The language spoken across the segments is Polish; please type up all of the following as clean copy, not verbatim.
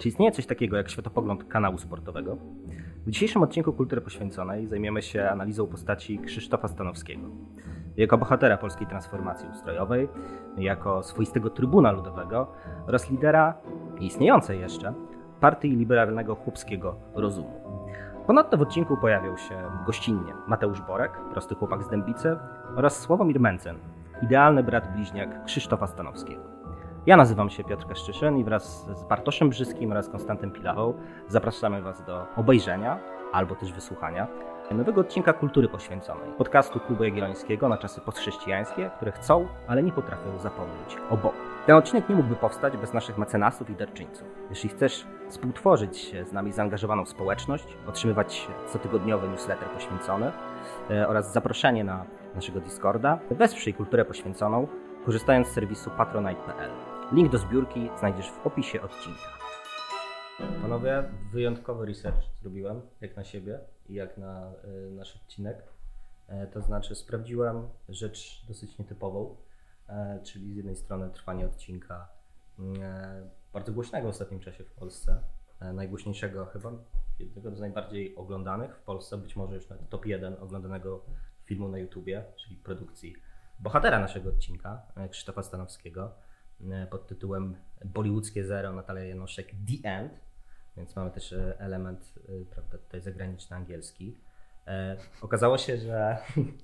Czy istnieje coś takiego jak światopogląd kanału sportowego? W dzisiejszym odcinku Kultury Poświęconej zajmiemy się analizą postaci Krzysztofa Stanowskiego. Jako bohatera polskiej transformacji ustrojowej, jako swoistego trybuna ludowego oraz lidera istniejącej jeszcze partii liberalnego chłopskiego rozumu. Ponadto w odcinku pojawiał się gościnnie Mateusz Borek, prosty chłopak z Dębicy, oraz Sławomir Mencen, idealny brat bliźniak Krzysztofa Stanowskiego. Ja nazywam się Piotr Kaszczyszyn i wraz z Bartoszem Brzyskim oraz Konstantem Pilachą zapraszamy Was do obejrzenia albo też wysłuchania nowego odcinka Kultury Poświęconej, podcastu Klubu Jagiellońskiego na czasy postchrześcijańskie, które chcą, ale nie potrafią zapomnieć o Bogu. Ten odcinek nie mógłby powstać bez naszych mecenasów i darczyńców. Jeśli chcesz współtworzyć z nami zaangażowaną społeczność, otrzymywać cotygodniowy newsletter poświęcony oraz zaproszenie na naszego Discorda, wesprzyj Kulturę Poświęconą, korzystając z serwisu patronite.pl. Link do zbiórki znajdziesz w opisie odcinka. Panowie, wyjątkowy research zrobiłem, jak na siebie i jak na nasz odcinek. To znaczy sprawdziłem rzecz dosyć nietypową, czyli z jednej strony trwanie odcinka bardzo głośnego w ostatnim czasie w Polsce, najgłośniejszego chyba, jednego z najbardziej oglądanych w Polsce, być może już nawet top 1 oglądanego filmu na YouTubie, czyli produkcji bohatera naszego odcinka, Krzysztofa Stanowskiego, pod tytułem Bollywoodzkie Zero, Natalia Janoszek, The End, więc mamy też element, prawda, tutaj zagraniczny, angielski. Okazało się, że...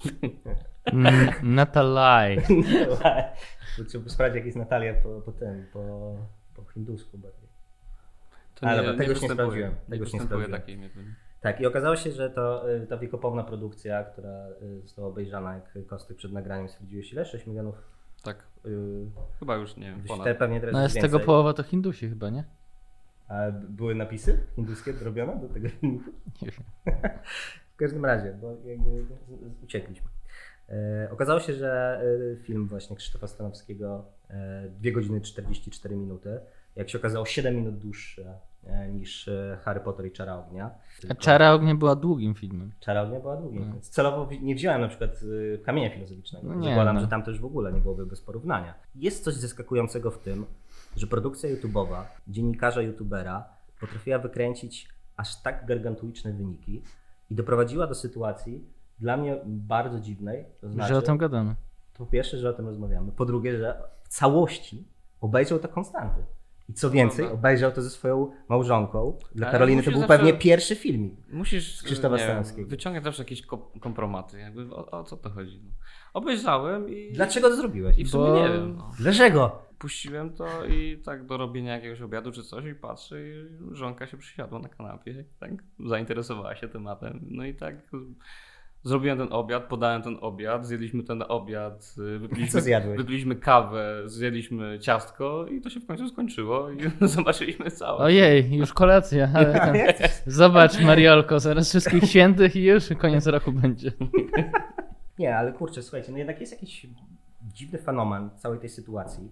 Natalaj. Trzeba sprawdzić, jak jest Natalia po hindusku bardziej. To tego już nie sprawdziłem. Takiej metody. Tak, i okazało się, że ta wiekopomna produkcja, która została obejrzana, jak Kostek przed nagraniem stwierdziłeś, ile? 6 milionów? Tak. Chyba już nie wiem, ponad. Pewnie teraz No jest z tego połowa to Hindusi chyba, nie? A były napisy hinduskie robione do tego filmu? Nie wiem. W każdym razie, bo jakby uciekliśmy. Okazało się, że film właśnie Krzysztofa Stanowskiego 2 godziny 44 minuty, jak się okazało 7 minut dłuższy niż Harry Potter i Czara Ognia. A Czara Ognia była długim filmem. Czara Ognia była długim, więc celowo nie wziąłem na przykład Kamienia Filozoficznego. No Zakładam, że tam też w ogóle nie byłoby bez porównania. Jest coś zaskakującego w tym, że produkcja YouTube'owa, dziennikarza YouTubera potrafiła wykręcić aż tak gargantuiczne wyniki i doprowadziła do sytuacji dla mnie bardzo dziwnej. To znaczy, że o tym gadamy. Po pierwsze, że o tym rozmawiamy. Po drugie, że w całości obejrzał to Konstanty. I co więcej, obejrzał to ze swoją małżonką. Dla Karoliny to był pewnie pierwszy filmik. Musisz Krzysztofa Stanowskiego. wyciągać zawsze jakieś kompromaty. Jakby o co to chodzi? No. Obejrzałem i... Dlaczego to zrobiłeś? I w sumie nie wiem. No. Dlaczego? Puściłem to i tak do robienia jakiegoś obiadu czy coś i patrzę i żonka się przysiadła na kanapie. Tak zainteresowała się tematem. No i tak... Zrobiłem ten obiad, podałem ten obiad, zjedliśmy ten obiad, wypiliśmy kawę, zjedliśmy ciastko i to się w końcu skończyło i zobaczyliśmy całość. Ojej, już kolacja, ale tam, zobacz Mariolko, zaraz wszystkich świętych i już koniec roku będzie. Nie, ale kurczę, słuchajcie, no jednak jest jakiś dziwny fenomen całej tej sytuacji,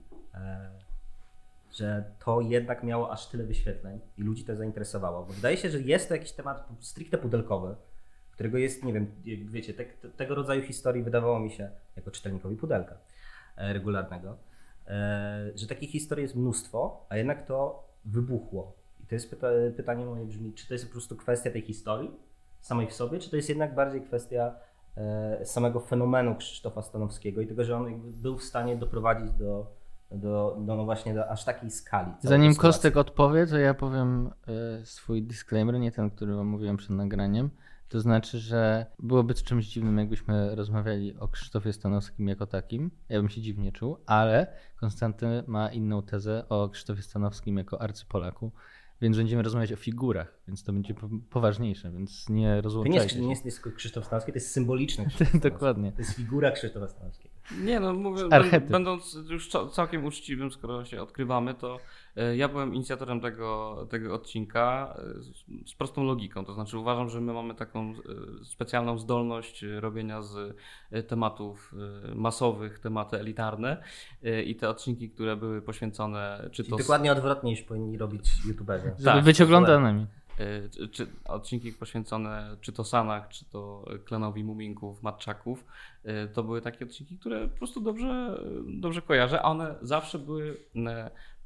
że to jednak miało aż tyle wyświetleń i ludzi to zainteresowało, bo wydaje się, że jest to jakiś temat stricte pudelkowy, którego jest, nie wiem, wiecie, tego rodzaju historii wydawało mi się, jako czytelnikowi pudelka regularnego, że takich historii jest mnóstwo, a jednak to wybuchło. I to jest pytanie moje brzmi, czy to jest po prostu kwestia tej historii samej w sobie, czy to jest jednak bardziej kwestia samego fenomenu Krzysztofa Stanowskiego i tego, że on był w stanie doprowadzić no właśnie do aż takiej skali. Zanim Kostek odpowie, to ja powiem swój disclaimer, nie ten, który wam mówiłem przed nagraniem. To znaczy, że byłoby czymś dziwnym, jakbyśmy rozmawiali o Krzysztofie Stanowskim jako takim. Ja bym się dziwnie czuł, ale Konstanty ma inną tezę o Krzysztofie Stanowskim jako arcypolaku, więc będziemy rozmawiać o figurach, więc to będzie poważniejsze, więc nie rozłączajcie się. To nie jest Krzysztof Stanowski, to jest symboliczny Dokładnie. To jest figura Krzysztofa Stanowskiego. Nie no, mówię, będąc już całkiem uczciwym, skoro się odkrywamy, to ja byłem inicjatorem tego odcinka z prostą logiką. To znaczy uważam, że my mamy taką specjalną zdolność robienia z tematów masowych tematy elitarne i te odcinki, które były poświęcone... Czyli dokładnie odwrotnie niż powinni robić youtuberzy. Żeby być oglądanymi. Czy odcinki poświęcone czy to Sanach, czy to klanowi Muminków, Matczaków, to były takie odcinki, które po prostu dobrze kojarzę, a one zawsze były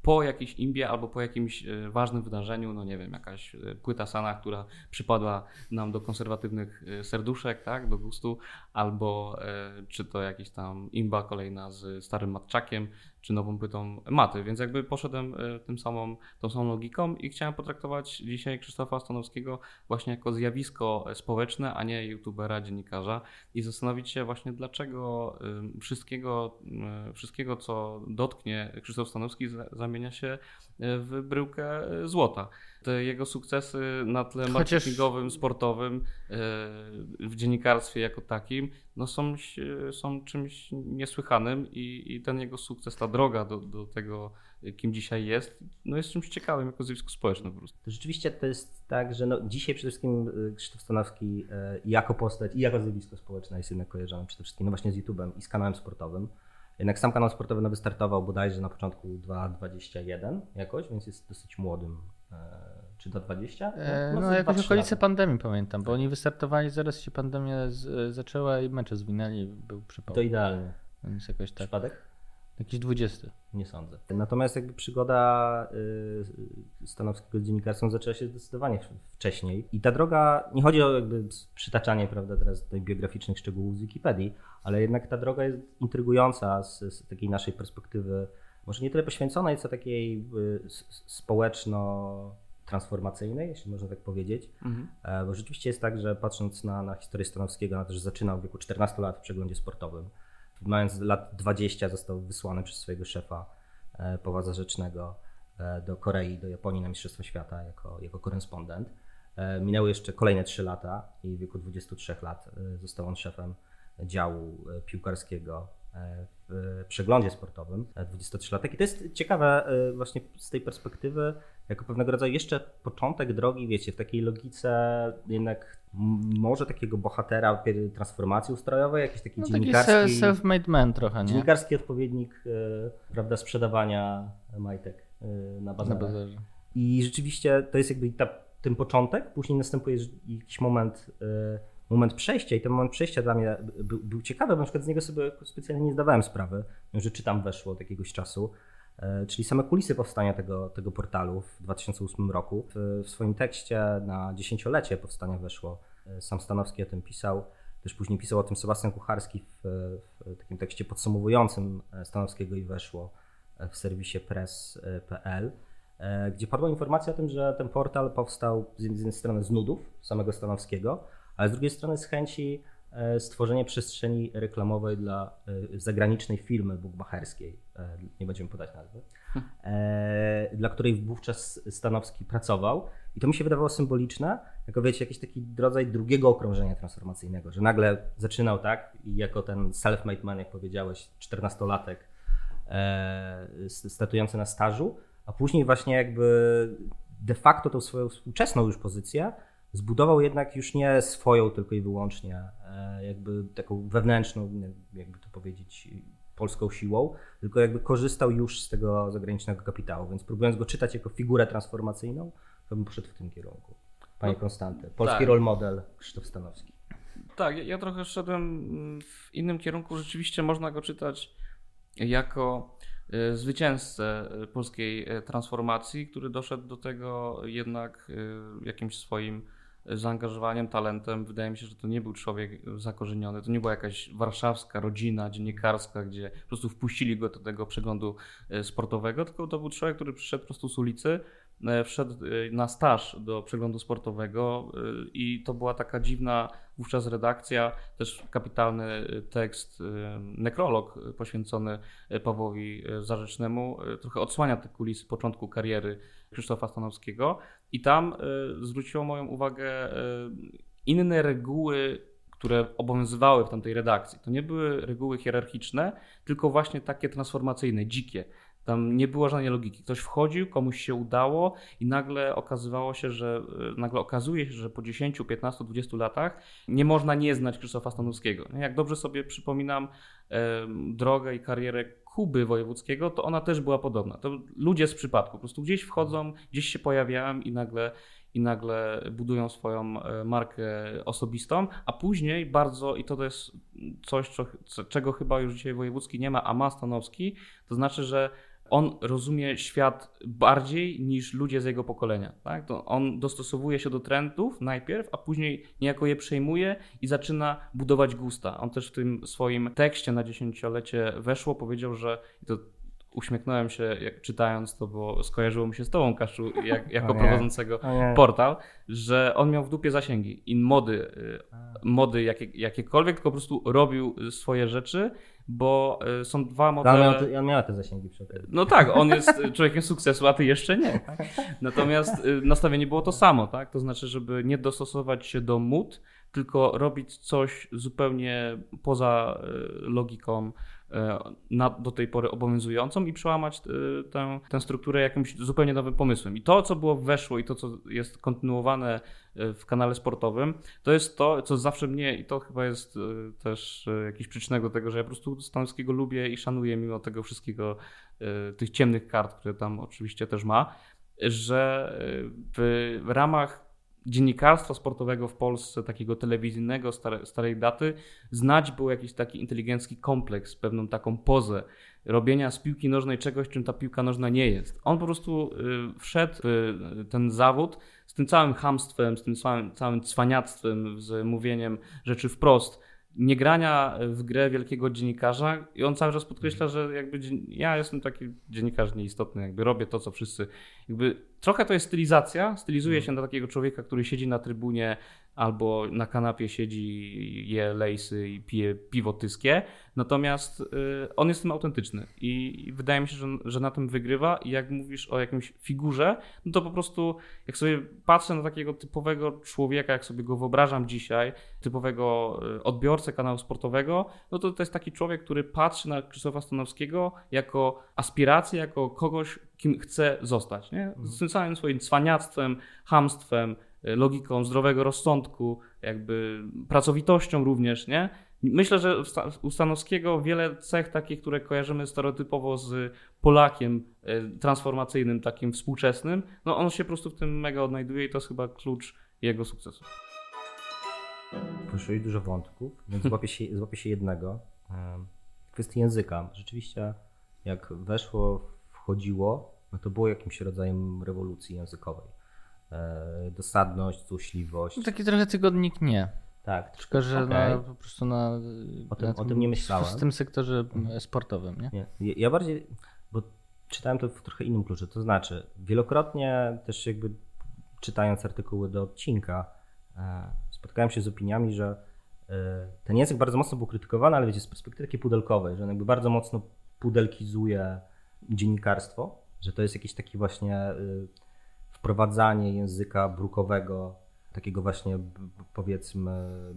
po jakiejś imbie albo po jakimś ważnym wydarzeniu, no nie wiem, jakaś płyta Sana, która przypadła nam do konserwatywnych serduszek, tak, do gustu, albo czy to jakiś tam imba kolejna z starym Matczakiem, czy nową płytą Maty, więc jakby poszedłem tą samą logiką i chciałem potraktować dzisiaj Krzysztofa Stanowskiego właśnie jako zjawisko społeczne, a nie youtubera, dziennikarza i zastanowić się właśnie dlaczego wszystkiego co dotknie Krzysztof Stanowski zamienia się w bryłkę złota. Te jego sukcesy na tle marketingowym, sportowym, w dziennikarstwie jako takim, no są czymś niesłychanym i ten jego sukces, ta droga do tego, kim dzisiaj jest, no jest czymś ciekawym jako zjawisko społeczne po prostu. Rzeczywiście to jest tak, że no dzisiaj przede wszystkim Krzysztof Stanowski jako postać i jako zjawisko społeczne jest jednak kojarzony przede wszystkim no właśnie z YouTube'em i z kanałem sportowym. Jednak sam kanał sportowy wystartował bodajże na początku 2021 jakoś, więc jest dosyć młodym. Czy do 20? No jakoś okolice pandemii pamiętam, bo oni wystartowali, zaraz się pandemia zaczęła i mecze zwinęli, był przypał. To idealnie. Więc jakoś tak. Przypadek? Jakiś 20. Nie sądzę. Natomiast jakby przygoda Stanowskiego z dziennikarstwem zaczęła się zdecydowanie wcześniej. I ta droga, nie chodzi o jakby przytaczanie, prawda, teraz tutaj biograficznych szczegółów z Wikipedii, ale jednak ta droga jest intrygująca z takiej naszej perspektywy, może nie tyle poświęconej, co takiej społeczno-transformacyjnej, jeśli można tak powiedzieć. Bo rzeczywiście jest tak, że patrząc na historię Stanowskiego, on też zaczynał w wieku 14 lat w przeglądzie sportowym. Mając lat 20 został wysłany przez swojego szefa powodza rzecznego do Korei, do Japonii na Mistrzostwa Świata jako korespondent. Minęły jeszcze kolejne 3 lata i w wieku 23 lat został on szefem działu piłkarskiego w przeglądzie sportowym, 23-latek. I to jest ciekawe właśnie z tej perspektywy, jako pewnego rodzaju jeszcze początek drogi, wiecie, w takiej logice jednak może takiego bohatera transformacji ustrojowej, jakiś taki dziennikarski... Taki self-made man trochę, nie? Dziennikarski odpowiednik, prawda, sprzedawania majtek na bazarze. I rzeczywiście to jest jakby ten początek, później następuje jakiś moment przejścia i ten moment przejścia dla mnie był ciekawy, bo na przykład z niego sobie specjalnie nie zdawałem sprawy, że czy tam weszło od jakiegoś czasu, czyli same kulisy powstania tego portalu w 2008 roku. W swoim tekście na 10-lecie powstania weszło, sam Stanowski o tym pisał, też później pisał o tym Sebastian Kucharski w takim tekście podsumowującym Stanowskiego i weszło w serwisie press.pl, gdzie padła informacja o tym, że ten portal powstał z jednej strony z nudów samego Stanowskiego, ale z drugiej strony z chęci stworzenia przestrzeni reklamowej dla zagranicznej firmy bukmacherskiej, nie będziemy podać nazwy, dla której wówczas Stanowski pracował. I to mi się wydawało symboliczne, jako wiecie, jakiś taki rodzaj drugiego okrążenia transformacyjnego, że nagle zaczynał tak i jako ten self-made man, jak powiedziałeś, 14-latek statujący na stażu, a później właśnie jakby de facto tą swoją współczesną już pozycję zbudował jednak już nie swoją tylko i wyłącznie jakby taką wewnętrzną, jakby to powiedzieć, polską siłą, tylko jakby korzystał już z tego zagranicznego kapitału, więc próbując go czytać jako figurę transformacyjną, to bym poszedł w tym kierunku. Panie Konstanty, polski tak. Role model Krzysztof Stanowski. Tak, ja trochę szedłem w innym kierunku, rzeczywiście można go czytać jako zwycięzcę polskiej transformacji, który doszedł do tego jednak jakimś swoim zaangażowaniem, talentem. Wydaje mi się, że to nie był człowiek zakorzeniony, to nie była jakaś warszawska rodzina dziennikarska, gdzie po prostu wpuścili go do tego przeglądu sportowego, tylko to był człowiek, który przyszedł po prostu z ulicy, wszedł na staż do przeglądu sportowego i to była taka dziwna wówczas redakcja, też kapitalny tekst, nekrolog poświęcony Pawłowi Zarzecznemu, trochę odsłania te kulisy początku kariery Krzysztofa Stanowskiego i tam zwróciło moją uwagę inne reguły, które obowiązywały w tamtej redakcji. To nie były reguły hierarchiczne, tylko właśnie takie transformacyjne, dzikie. Tam nie było żadnej logiki. Ktoś wchodził, komuś się udało i nagle okazuje się, że po 10, 15, 20 latach nie można nie znać Krzysztofa Stanowskiego. Jak dobrze sobie przypominam drogę i karierę Kuby Wojewódzkiego, to ona też była podobna. To ludzie z przypadku. Po prostu gdzieś wchodzą, gdzieś się pojawiają i nagle budują swoją markę osobistą, a później bardzo, i to jest coś, czego chyba już dzisiaj Wojewódzki nie ma, a ma Stanowski, to znaczy, że on rozumie świat bardziej niż ludzie z jego pokolenia. Tak? To on dostosowuje się do trendów najpierw, a później niejako je przejmuje i zaczyna budować gusta. On też w tym swoim tekście na 10-lecie Weszło powiedział, że to uśmiechnąłem się czytając to, bo skojarzyło mi się z tobą, Kaszu, jako prowadzącego portal, że on miał w dupie zasięgi i mody jakiekolwiek, tylko po prostu robił swoje rzeczy, bo są dwa modele. On miał te zasięgi przy okazji. No tak, on jest człowiekiem sukcesu, a ty jeszcze nie. Tak? Natomiast nastawienie było to samo, tak? To znaczy, żeby nie dostosować się do mód, tylko robić coś zupełnie poza logiką do tej pory obowiązującą i przełamać tę strukturę jakimś zupełnie nowym pomysłem. I to, co było weszło i to, co jest kontynuowane w kanale sportowym, to jest to, co zawsze mnie, i to chyba jest też jakiś przyczynek do tego, że ja po prostu Stanowskiego lubię i szanuję mimo tego wszystkiego, tych ciemnych kart, które tam oczywiście też ma, że w ramach dziennikarstwa sportowego w Polsce, takiego telewizyjnego, starej daty, znać był jakiś taki inteligencki kompleks, pewną taką pozę robienia z piłki nożnej czegoś, czym ta piłka nożna nie jest. On po prostu wszedł w ten zawód z tym całym chamstwem, z tym całym cwaniactwem, z mówieniem rzeczy wprost, nie grania w grę wielkiego dziennikarza i on cały czas podkreśla, że jakby ja jestem taki dziennikarz nieistotny, jakby robię to, co wszyscy. Jakby trochę to jest stylizacja, stylizuje się na takiego człowieka, który siedzi na trybunie albo na kanapie siedzi, je lejsy i pije piwo tyskie, natomiast on jest tym autentyczny i wydaje mi się, że na tym wygrywa i jak mówisz o jakimś figurze, no to po prostu jak sobie patrzę na takiego typowego człowieka, jak sobie go wyobrażam dzisiaj, typowego odbiorcę kanału sportowego, no to jest taki człowiek, który patrzy na Krzysztofa Stanowskiego jako aspirację, jako kogoś, kim chce zostać, nie? Z tym całym swoim cwaniactwem, chamstwem, logiką zdrowego rozsądku, jakby pracowitością również, nie? Myślę, że u Stanowskiego wiele cech takich, które kojarzymy stereotypowo z Polakiem transformacyjnym, takim współczesnym, no on się po prostu w tym mega odnajduje i to jest chyba klucz jego sukcesu. Poruszyłeś dużo wątków, więc złapię się jednego. Kwestii języka. Rzeczywiście jak wchodziło, no to było jakimś rodzajem rewolucji językowej. Dosadność, złośliwość. No taki trochę tygodnik nie. Tak. Tylko, że po prostu o tym nie myślałem. W tym sektorze sportowym, nie? Ja bardziej, bo czytałem to w trochę innym kluczu, to znaczy wielokrotnie też jakby czytając artykuły do odcinka spotkałem się z opiniami, że ten język bardzo mocno był krytykowany, ale wiecie, z perspektywy takiej pudelkowej, że on jakby bardzo mocno pudelkizuje dziennikarstwo, że to jest jakiś taki właśnie wprowadzanie języka brukowego, takiego właśnie powiedzmy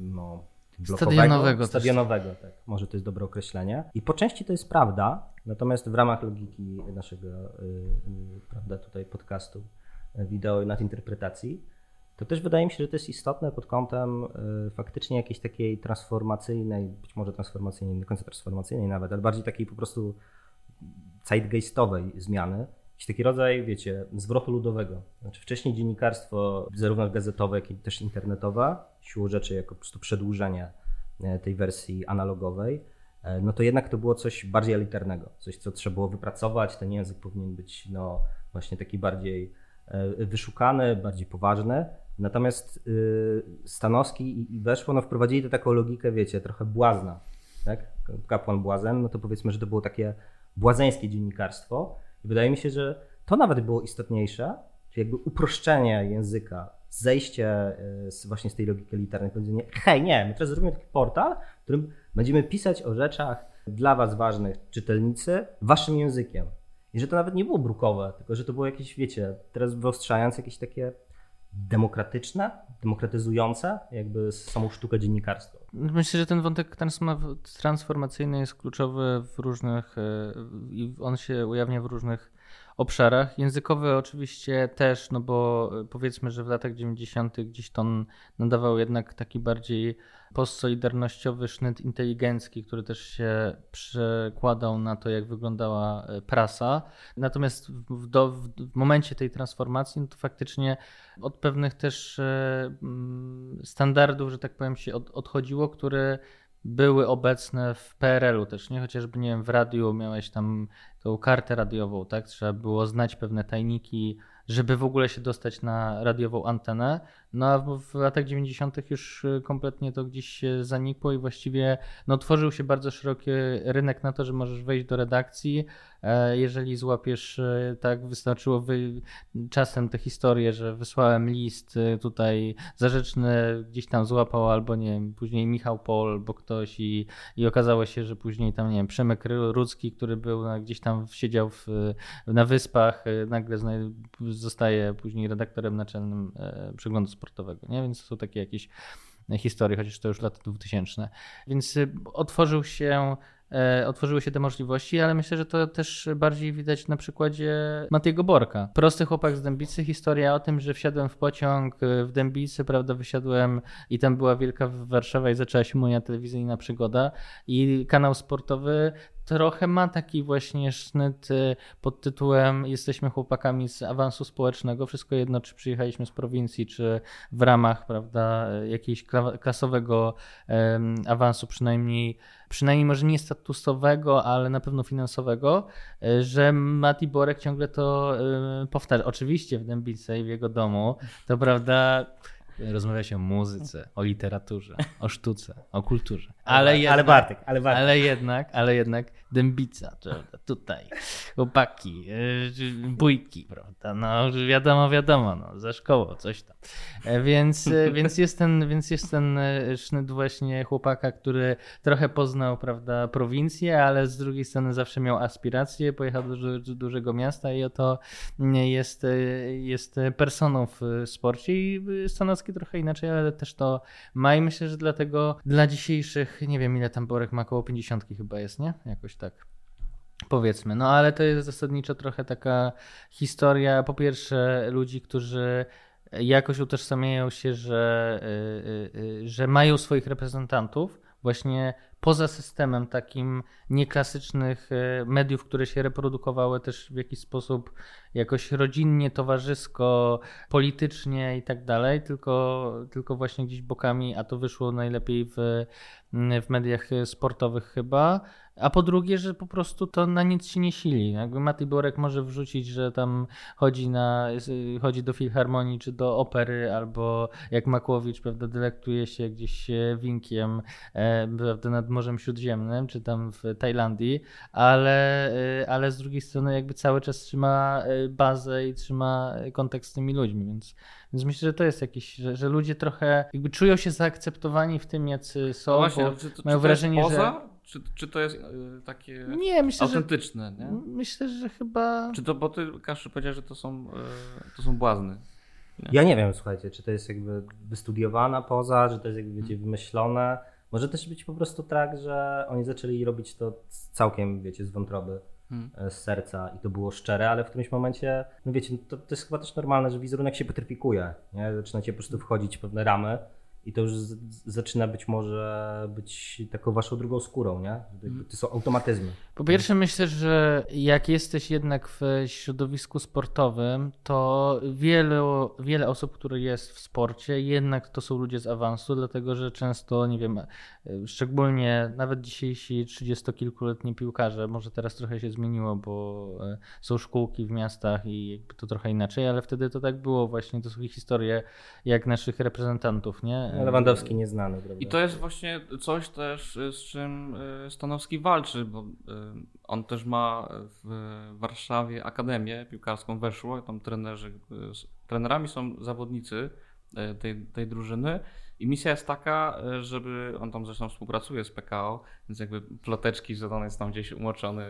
blokowego, stadionowego, tak. Może to jest dobre określenie. I po części to jest prawda, natomiast w ramach logiki naszego prawda, tutaj podcastu wideo i nadinterpretacji, to też wydaje mi się, że to jest istotne pod kątem faktycznie jakiejś takiej transformacyjnej, być może transformacyjnej, nie do końca transformacyjnej nawet, ale bardziej takiej po prostu zeitgeistowej zmiany. Jakiś taki rodzaj, wiecie, zwrotu ludowego. Znaczy wcześniej dziennikarstwo, zarówno gazetowe, jak i też internetowe, siłą rzeczy jako po prostu przedłużenie tej wersji analogowej, no to jednak to było coś bardziej elitarnego. Coś, co trzeba było wypracować. Ten język powinien być właśnie taki bardziej wyszukany, bardziej poważny. Natomiast Stanowski i Weszło wprowadzili to taką logikę, wiecie, trochę błazna. Tak? Kapłan błazen, no to powiedzmy, że to było takie błazeńskie dziennikarstwo. I wydaje mi się, że to nawet było istotniejsze, czyli jakby uproszczenie języka, zejście właśnie z tej logiki elitarnej, powiedzenie, hej, nie, my teraz zrobimy taki portal, w którym będziemy pisać o rzeczach dla was ważnych, czytelnicy, waszym językiem. I że to nawet nie było brukowe, tylko że to było jakieś, wiecie, teraz wyostrzając jakieś takie demokratyczne, demokratyzujące jakby samą sztukę dziennikarstwa. Myślę, że ten wątek transformacyjny jest kluczowy w różnych i on się ujawnia w różnych obszarach. Językowy oczywiście też, no bo powiedzmy, że w latach 90. gdzieś to nadawał jednak taki bardziej postsolidarnościowy sznyt inteligencki, który też się przekładał na to, jak wyglądała prasa. Natomiast w momencie tej transformacji, no to faktycznie od pewnych też standardów, że tak powiem, się odchodziło, które były obecne w PRL-u też, nie? Chociażby, nie wiem, w radiu miałeś tam tą kartę radiową, tak? Trzeba było znać pewne tajniki, żeby w ogóle się dostać na radiową antenę. No a w latach 90. już kompletnie to gdzieś się zanikło i właściwie no, tworzył się bardzo szeroki rynek na to, że możesz wejść do redakcji. Jeżeli złapiesz, tak wystarczyło czasem tę historię, że wysłałem list tutaj zarzeczny, gdzieś tam złapał, albo nie wiem, później Michał Pol, albo ktoś i okazało się, że później tam, nie wiem, Przemek Rudzki, który był gdzieś tam siedział na wyspach, nagle zostaje później redaktorem naczelnym Przeglądu Sportowego, nie? Więc to są takie jakieś historie, chociaż to już lata 2000. Więc otworzyły się te możliwości, ale myślę, że to też bardziej widać na przykładzie Matiego Borka. Prosty chłopak z Dębicy, historia o tym, że wsiadłem w pociąg w Dębicy, prawda, wysiadłem i tam była wielka Warszawa i zaczęła się moja telewizyjna przygoda i kanał sportowy trochę ma taki właśnie sznyt pod tytułem jesteśmy chłopakami z awansu społecznego, wszystko jedno, czy przyjechaliśmy z prowincji, czy w ramach, prawda, jakiegoś klasowego awansu, przynajmniej może nie statusowego, ale na pewno finansowego, że Mati Borek ciągle to powtarza. Oczywiście w Dębicy i w jego domu, to prawda, rozmawia się o muzyce, o literaturze, o sztuce, o kulturze. Ale Bartek. Ale jednak Dębica, prawda, tutaj chłopaki, bójki, prawda, no wiadomo, no, za szkołą, coś tam. Więc jest ten sznyt właśnie chłopaka, który trochę poznał, prawda, prowincję, ale z drugiej strony zawsze miał aspiracje, pojechał do dużego miasta i oto jest personą w sporcie i Stanowski trochę inaczej, ale też to ma i myślę, że dlatego dla dzisiejszych, nie wiem ile tam Borek ma, około 50 chyba jest, nie? Jakoś tak. Powiedzmy, no ale to jest zasadniczo trochę taka historia, po pierwsze ludzi, którzy jakoś utożsamiają się, że mają swoich reprezentantów właśnie poza systemem takim nieklasycznych mediów, które się reprodukowały też w jakiś sposób jakoś rodzinnie, towarzysko, politycznie i tak dalej, tylko właśnie gdzieś bokami, a to wyszło najlepiej w mediach sportowych chyba. A po drugie, że po prostu to na nic się nie sili. Jakby Mati Borek może wrzucić, że tam chodzi do filharmonii czy do opery, albo jak Makłowicz, prawda, delektuje się gdzieś winkiem, prawda, nad Morzem Śródziemnym, czy tam w Tajlandii, ale z drugiej strony jakby cały czas trzyma bazę i trzyma kontakt z tymi ludźmi, więc myślę, że to jest jakiś, że ludzie trochę jakby czują się zaakceptowani w tym, jacy są, no właśnie, mają wrażenie, że... Czy to jest takie myślę, autentyczne? Nie? Myślę, że chyba... Czy to, bo ty, Kaszy, powiedziałeś, że to są błazny. Nie? Ja nie wiem, słuchajcie, czy to jest jakby wystudiowana poza, czy to jest jakby wiecie, wymyślone. Może też być po prostu tak, że oni zaczęli robić to całkiem, wiecie, z wątroby, z serca i to było szczere, ale w którymś momencie, no wiecie, to jest chyba też normalne, że wizerunek się petryfikuje, nie? Zaczynacie po prostu wchodzić w pewne ramy. I to już zaczyna być taką waszą drugą skórą, nie? To są automatyzmy. Po pierwsze myślę, że jak jesteś jednak w środowisku sportowym, to wiele osób, które jest w sporcie, jednak to są ludzie z awansu, dlatego że często, nie wiem, szczególnie nawet dzisiejsi 30-kilkuletni piłkarze, może teraz trochę się zmieniło, bo są szkółki w miastach i jakby to trochę inaczej, ale wtedy to tak było właśnie, to są historie jak naszych reprezentantów, nie? Lewandowski nieznany, prawda? I to jest właśnie coś też, z czym Stanowski walczy, bo on też ma w Warszawie akademię piłkarską weszło, tam trenerami są zawodnicy tej drużyny i misja jest taka, żeby on tam zresztą współpracuje z PKO, więc jakby ploteczki, że on jest tam gdzieś umoczony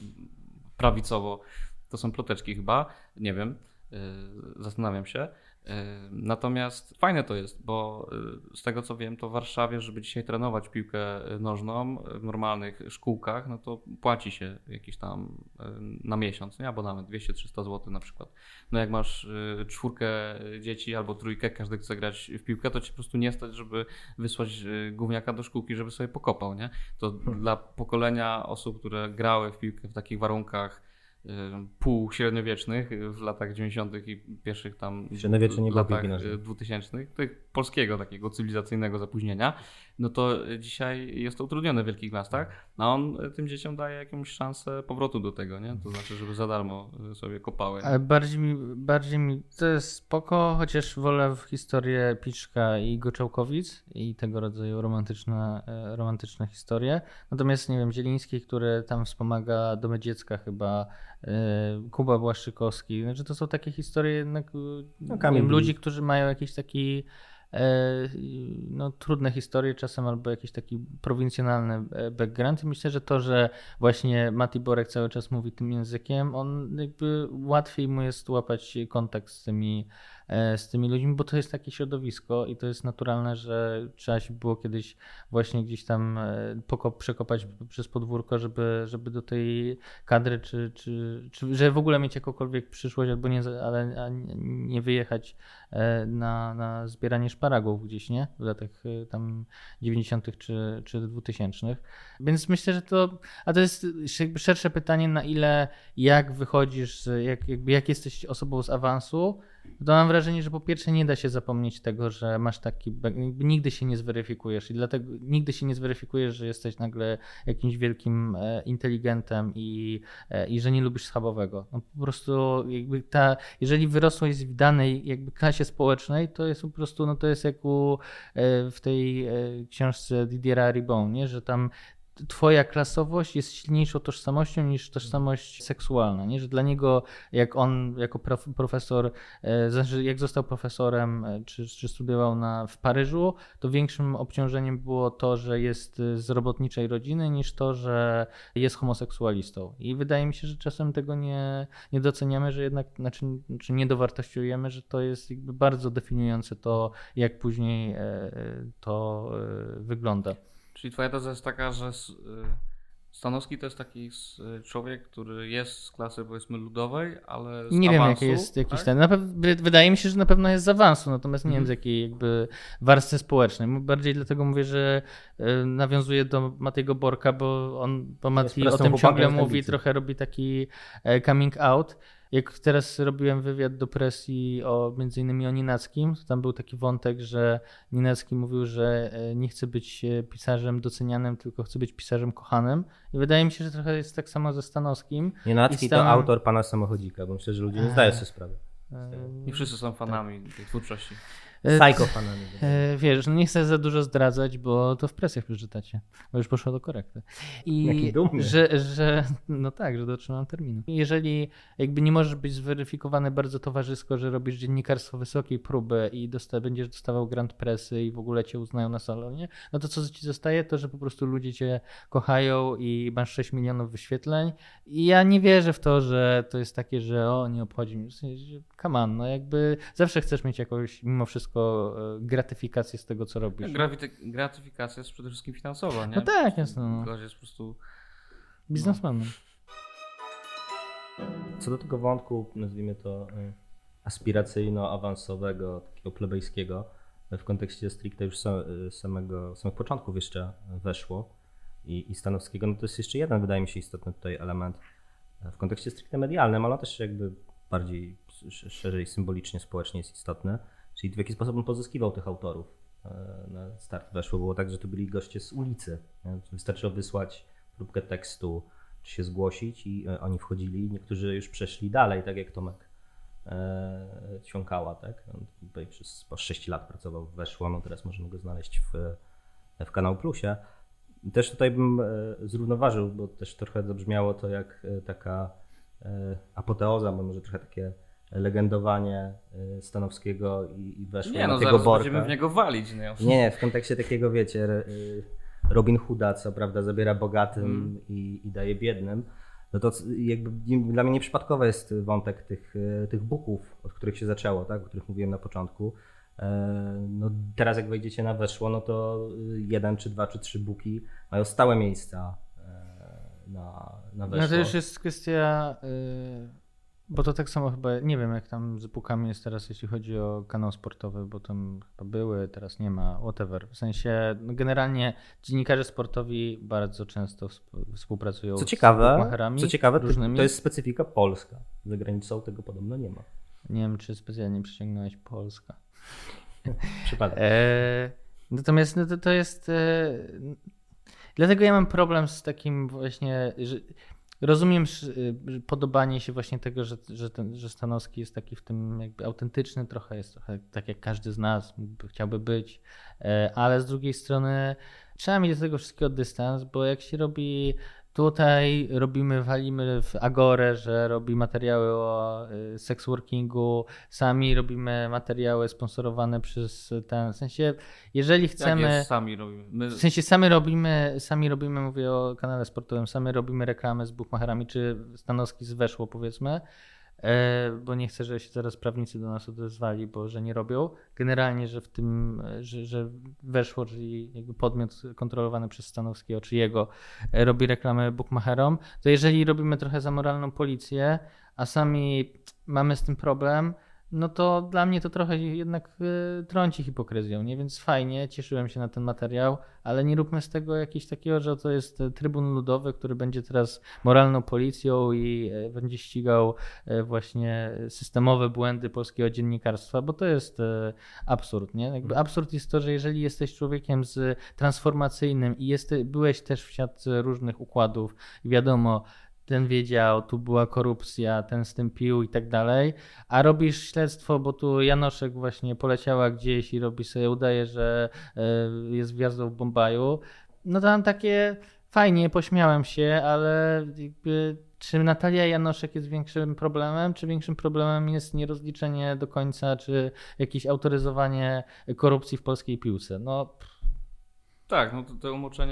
prawicowo, to są ploteczki chyba, nie wiem, zastanawiam się. Natomiast fajne to jest, bo z tego co wiem, to w Warszawie, żeby dzisiaj trenować piłkę nożną w normalnych szkółkach, no to płaci się jakieś tam na miesiąc, nie? Abonament 200-300 zł na przykład. No jak masz 4 dzieci albo 3, każdy chce grać w piłkę, to ci po prostu nie stać, żeby wysłać gówniaka do szkółki, żeby sobie pokopał, nie? To dla pokolenia osób, które grały w piłkę w takich warunkach półśredniowiecznych w latach 90. i pierwszych tam latach 2000, tych polskiego takiego cywilizacyjnego zapóźnienia, no to dzisiaj jest to utrudnione w wielkich miastach, a on tym dzieciom daje jakąś szansę powrotu do tego, nie? To znaczy, żeby za darmo sobie kopały. Ale bardziej mi to jest spoko, chociaż wolę w historię Piczka i Goczałkowic i tego rodzaju romantyczne historie. Natomiast nie wiem, Zieliński, który tam wspomaga Domy Dziecka chyba, Kuba Błaszczykowski, znaczy to są takie historie jednak ludzi, którzy mają jakiś taki trudne historie czasem albo jakiś taki prowincjonalny background i myślę, że to, że właśnie Mati Borek cały czas mówi tym językiem, on jakby łatwiej mu jest łapać kontakt z tymi ludźmi, bo to jest takie środowisko i to jest naturalne, że trzeba się było kiedyś właśnie gdzieś tam przekopać przez podwórko, żeby do tej kadry, czy żeby w ogóle mieć jakąkolwiek przyszłość, albo nie wyjechać na zbieranie szparagów gdzieś, nie? W latach tam 90. czy 2000. Więc myślę, że to jest jakby szersze pytanie, na ile jak wychodzisz, jak jesteś osobą z awansu, to mam wrażenie, że po pierwsze nie da się zapomnieć tego, że masz taki, nigdy się nie zweryfikujesz i dlatego nigdy się nie zweryfikujesz, że jesteś nagle jakimś wielkim inteligentem i że nie lubisz schabowego. No po prostu jakby jeżeli wyrosłeś w danej jakby klasie społecznej, to jest po prostu, to jest jak w tej książce Didiera Ribon, nie? Że tam twoja klasowość jest silniejszą tożsamością niż tożsamość seksualna, nie? Że dla niego, jak on jako profesor, jak został profesorem czy studiował w Paryżu, to większym obciążeniem było to, że jest z robotniczej rodziny, niż to, że jest homoseksualistą. I wydaje mi się, że czasem tego nie doceniamy, że jednak, czy nie dowartościujemy, że to jest jakby bardzo definiujące to, jak później to wygląda. Czyli twoja teza jest taka, że Stanowski to jest taki człowiek, który jest z klasy powiedzmy ludowej, ale z nie awansu, wiem, jaki jest tak? jakiś ten. Wydaje mi się, że na pewno jest z awansu, natomiast nie wiem z jakiej jakby warstwy społecznej. Bardziej dlatego mówię, że nawiązuję do Matiego Borka, bo Mati o tym ciągle mówi, trochę robi taki coming out. Jak teraz robiłem wywiad do Presji między innymi o Ninackim, to tam był taki wątek, że Ninacki mówił, że nie chce być pisarzem docenianym, tylko chce być pisarzem kochanym. I wydaje mi się, że trochę jest tak samo ze Stanowskim. Ninacki to autor Pana Samochodzika, bo myślę, że ludzie nie zdają sobie sprawy. Nie wszyscy są fanami tej twórczości. Psychofanami. Wiesz, nie chcę za dużo zdradzać, bo to w Presjach przeczytacie, bo już poszło do korekty. Jaki dumny. Że dotrzymam terminu. Jeżeli jakby nie możesz być zweryfikowany bardzo towarzysko, że robisz dziennikarstwo wysokiej próby i będziesz dostawał Grand Pressy i w ogóle cię uznają na salonie, no to co ci zostaje, to że po prostu ludzie cię kochają i masz 6 milionów wyświetleń. I ja nie wierzę w to, że to jest takie, że nie obchodzi mnie. Come on, no jakby zawsze chcesz mieć jakąś mimo wszystko gratyfikację z tego, co robisz. Gratyfikacja jest przede wszystkim finansowa, nie? No tak, jasno. Gość jest po prostu biznesmenem. Co do tego wątku, nazwijmy to aspiracyjno-awansowego, takiego plebejskiego, w kontekście stricte już samych początków jeszcze weszło i Stanowskiego, no to jest jeszcze jeden, wydaje mi się, istotny tutaj element w kontekście stricte medialnym, ale też jakby bardziej szerzej symbolicznie, społecznie jest istotny. Czyli w jaki sposób on pozyskiwał tych autorów. Na start weszło. Było tak, że to byli goście z ulicy. Wystarczyło wysłać próbkę tekstu, czy się zgłosić i oni wchodzili. Niektórzy już przeszli dalej, tak jak Tomek Ciąkała. Tak? On tutaj przez 6 lat pracował w Weszło, no teraz możemy go znaleźć w Kanał Plusie. I też tutaj bym zrównoważył, bo też trochę zabrzmiało to jak taka apoteoza, bo może trochę takie legendowanie Stanowskiego i Weszło na tego Borka. Będziemy w niego walić. Nie, w kontekście takiego, wiecie, Robin Hooda, co prawda zabiera bogatym i daje biednym. No to jakby dla mnie nieprzypadkowy jest wątek tych booków, od których się zaczęło, tak? O których mówiłem na początku. No teraz jak wejdziecie na Weszło, no to 1 czy 2 czy 3 booki mają stałe miejsca na Weszło. No to już jest kwestia Bo to tak samo chyba, nie wiem jak tam z Bukami jest teraz, jeśli chodzi o kanał sportowy, bo tam chyba były, teraz nie ma, whatever. W sensie generalnie dziennikarze sportowi bardzo często współpracują z bookmacherami. Co ciekawe, różnymi. To jest specyfika polska. Za granicą tego podobno nie ma. Nie wiem, czy specjalnie przyciągnąłeś Polska. Przypadek. Natomiast to jest... Dlatego ja mam problem z takim właśnie... Że rozumiem podobanie się właśnie tego, że Stanowski jest taki w tym jakby autentyczny, trochę jest trochę tak jak każdy z nas chciałby być, ale z drugiej strony trzeba mieć do tego wszystkiego dystans, bo jak się robi tutaj, walimy w Agorę, że robi materiały o sex-workingu, sami robimy materiały sponsorowane przez ten, w sensie jeżeli chcemy... Jak jest, sami robimy? W sensie sami robimy, mówię o kanale sportowym, sami robimy reklamy z bookmacherami, czy Stanowski z Weszło powiedzmy, bo nie chcę, żeby się zaraz prawnicy do nas odezwali, bo że nie robią. Generalnie, że w tym, że Weszło, czyli jakby podmiot kontrolowany przez Stanowskiego, czy jego, robi reklamy bookmacherom, to jeżeli robimy trochę za moralną policję, a sami mamy z tym problem, no to dla mnie to trochę jednak trąci hipokryzją, nie? Więc fajnie, cieszyłem się na ten materiał, ale nie róbmy z tego jakiegoś takiego, że to jest trybun ludowy, który będzie teraz moralną policją i będzie ścigał właśnie systemowe błędy polskiego dziennikarstwa, bo to jest absurd, nie? Jakby absurd jest to, że jeżeli jesteś człowiekiem transformacyjnym i byłeś też w siatce różnych układów i wiadomo, ten wiedział, tu była korupcja, ten z tym pił i tak dalej, a robisz śledztwo, bo tu Janoszek właśnie poleciała gdzieś i robi sobie, udaje, że jest gwiazdą w Bombaju, no to tam takie fajnie, pośmiałem się, ale jakby, czy Natalia Janoszek jest większym problemem, czy większym problemem jest nierozliczenie do końca, czy jakieś autoryzowanie korupcji w polskiej piłce? No. Tak, no to umoczenie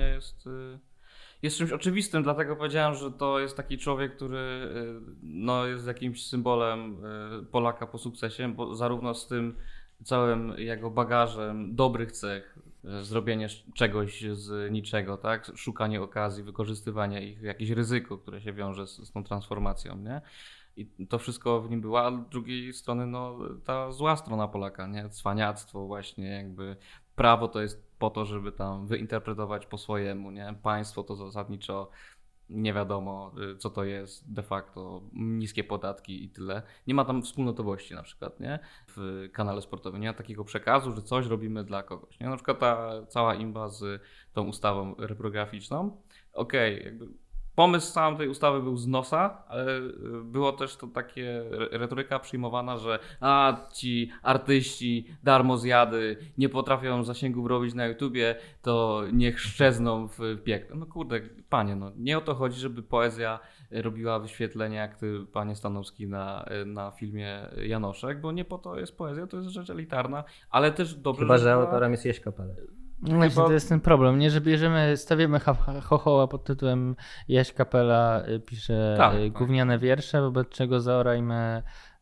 jest czymś oczywistym, dlatego powiedziałem, że to jest taki człowiek, który no, jest jakimś symbolem Polaka po sukcesie, bo zarówno z tym całym jego bagażem dobrych cech, zrobienie czegoś z niczego, tak? Szukanie okazji, wykorzystywanie ich, jakieś ryzyko, które się wiąże z tą transformacją, nie? I to wszystko w nim było, a z drugiej strony no, ta zła strona Polaka, nie? Cwaniactwo właśnie, jakby prawo to jest po to, żeby tam wyinterpretować po swojemu, nie? Państwo to zasadniczo nie wiadomo, co to jest de facto, niskie podatki i tyle. Nie ma tam wspólnotowości na przykład, nie? W kanale sportowym nie ma takiego przekazu, że coś robimy dla kogoś, nie? Na przykład ta cała imba z tą ustawą reprograficzną, jakby pomysł sam tej ustawy był z nosa, ale było też to takie retoryka przyjmowana, że ci artyści darmozjady nie potrafią zasięgów robić na YouTubie, to niech szczezną w piekle. No kurde, panie, no nie o to chodzi, żeby poezja robiła wyświetlenia jak ty, panie Stanowski, na filmie Janoszek, bo nie po to jest poezja, to jest rzecz elitarna, ale też dobrze... Chyba, że autorem jest Jaś Kapela. No właśnie, to jest ten problem, nie? Że stawiamy chochoła pod tytułem Jaś Kapela pisze gówniane wiersze, wobec czego zaorajmy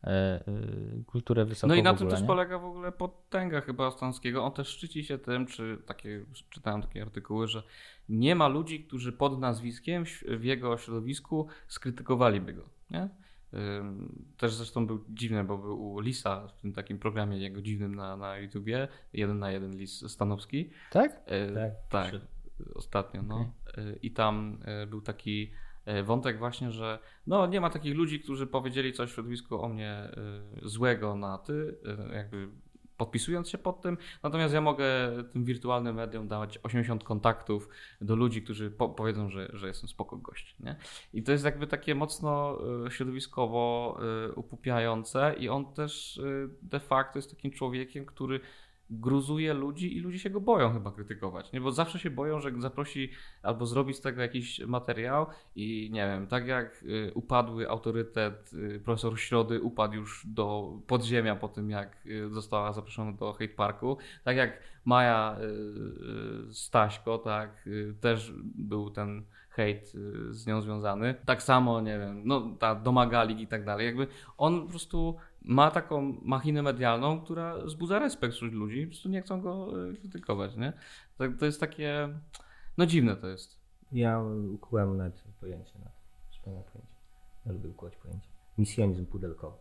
kulturę wysoką. No i na tym też polega w ogóle potęga chyba Stanowskiego. On też szczyci się tym, czytałem takie artykuły, że nie ma ludzi, którzy pod nazwiskiem w jego środowisku skrytykowaliby go, nie? Też zresztą był dziwny, bo był u Lisa w tym takim programie jego dziwnym na YouTubie, 1 na 1 Lis Stanowski. Tak? Tak, ostatnio. No. I tam był taki wątek właśnie, że no nie ma takich ludzi, którzy powiedzieli coś w środowisku o mnie złego na ty, jakby podpisując się pod tym, natomiast ja mogę tym wirtualnym mediom dawać 80 kontaktów do ludzi, którzy powiedzą, że jestem spoko gość, nie? I to jest jakby takie mocno środowiskowo upupiające i on też de facto jest takim człowiekiem, który gruzuje ludzi i ludzie się go boją chyba krytykować, nie? Bo zawsze się boją, że zaprosi albo zrobi z tego jakiś materiał i nie wiem, tak jak upadły autorytet profesor Środy upadł już do podziemia po tym, jak została zaproszona do Hate Parku, tak jak Maja Staśko, tak, też był ten hejt z nią związany. Tak samo, nie wiem, no ta Domagalik i tak dalej. Jakby on po prostu ma taką machinę medialną, która wzbudza respekt wśród ludzi i po prostu nie chcą go krytykować, nie? To jest takie, no dziwne to jest. Ja ukułem nawet pojęcie na to. Wspaniałe pojęcie. Ja lubię ukuwać pojęcie. misjonizm pudelkowy.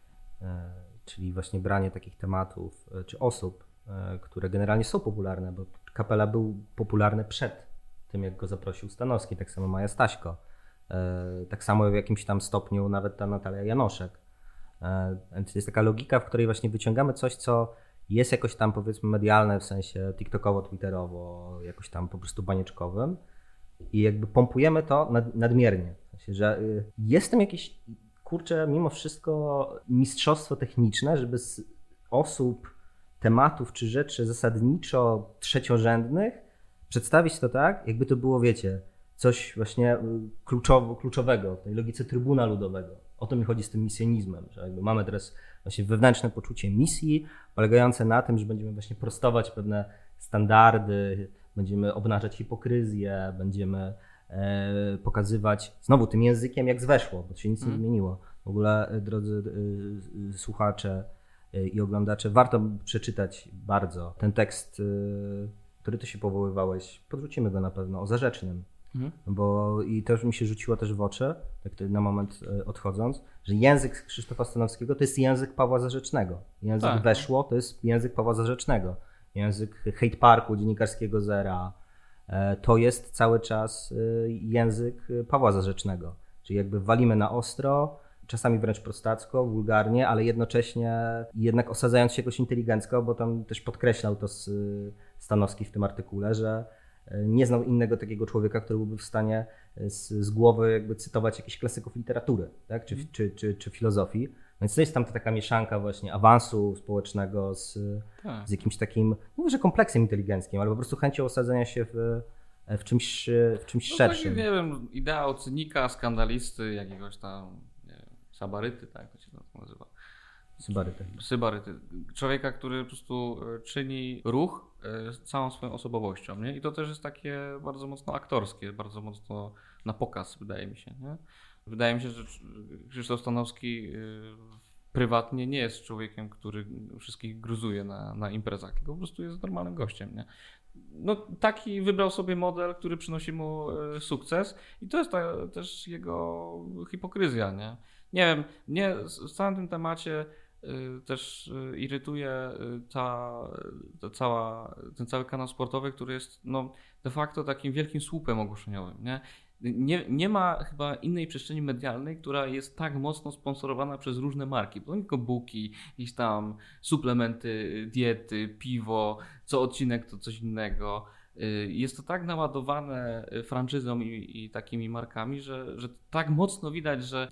Czyli właśnie branie takich tematów czy osób, które generalnie są popularne, bo Kapela był popularny przed tym, jak go zaprosił Stanowski, tak samo Maja Staśko, tak samo w jakimś tam stopniu nawet ta Natalia Janoszek. To jest taka logika, w której właśnie wyciągamy coś, co jest jakoś tam powiedzmy medialne, w sensie tiktokowo, twitterowo, jakoś tam po prostu banieczkowym i jakby pompujemy to nadmiernie. W sensie, że jest tam jakieś, kurczę, mimo wszystko mistrzostwo techniczne, żeby z osób, tematów czy rzeczy zasadniczo trzeciorzędnych przedstawić to tak, jakby to było, wiecie, coś właśnie kluczowego w tej logice trybuna ludowego. O to mi chodzi z tym misjonizmem, że jakby mamy teraz właśnie wewnętrzne poczucie misji polegające na tym, że będziemy właśnie prostować pewne standardy, będziemy obnażać hipokryzję, będziemy pokazywać znowu tym językiem jak zweszło, bo się nic nie zmieniło. W ogóle, drodzy słuchacze i oglądacze, warto przeczytać bardzo ten tekst, który ty się powoływałeś, podrzucimy go na pewno, o Zarzecznym. Bo i też mi się rzuciło też w oczy, tak na moment odchodząc, że język Krzysztofa Stanowskiego to jest język Pawła Zarzecznego. Język Weszło to jest język Pawła Zarzecznego. Język Hate Parku, dziennikarskiego Zera, to jest cały czas język Pawła Zarzecznego. Czyli jakby walimy na ostro, czasami wręcz prostacko, wulgarnie, ale jednocześnie jednak osadzając się jakoś inteligencko, bo tam też podkreślał to Stanowski w tym artykule, że nie znał innego takiego człowieka, który byłby w stanie z głowy jakby cytować jakichś klasyków literatury, tak? czy filozofii. Więc to jest tam taka mieszanka właśnie awansu społecznego z jakimś takim, nie mówię, że kompleksem inteligenckim, ale po prostu chęcią osadzenia się w czymś szerszym. Nie wiem, ideał cynika, skandalisty, jakiegoś tam sabaryty, tak to się nazywa. Sybaryty. Człowieka, który po prostu czyni ruch całą swoją osobowością, nie? I to też jest takie bardzo mocno aktorskie, bardzo mocno na pokaz, wydaje mi się, nie? Wydaje mi się, że Krzysztof Stanowski prywatnie nie jest człowiekiem, który wszystkich gruzuje na imprezach, tylko po prostu jest normalnym gościem, nie? No, taki wybrał sobie model, który przynosi mu sukces i to jest też jego hipokryzja, nie? Nie wiem, mnie w całym tym temacie też irytuje ten cały kanał sportowy, który jest no, de facto takim wielkim słupem ogłoszeniowym, nie? Nie ma chyba innej przestrzeni medialnej, która jest tak mocno sponsorowana przez różne marki. To nie tylko buki, jakieś tam suplementy, diety, piwo, co odcinek to coś innego. Jest to tak naładowane franczyzą i takimi markami, że tak mocno widać, że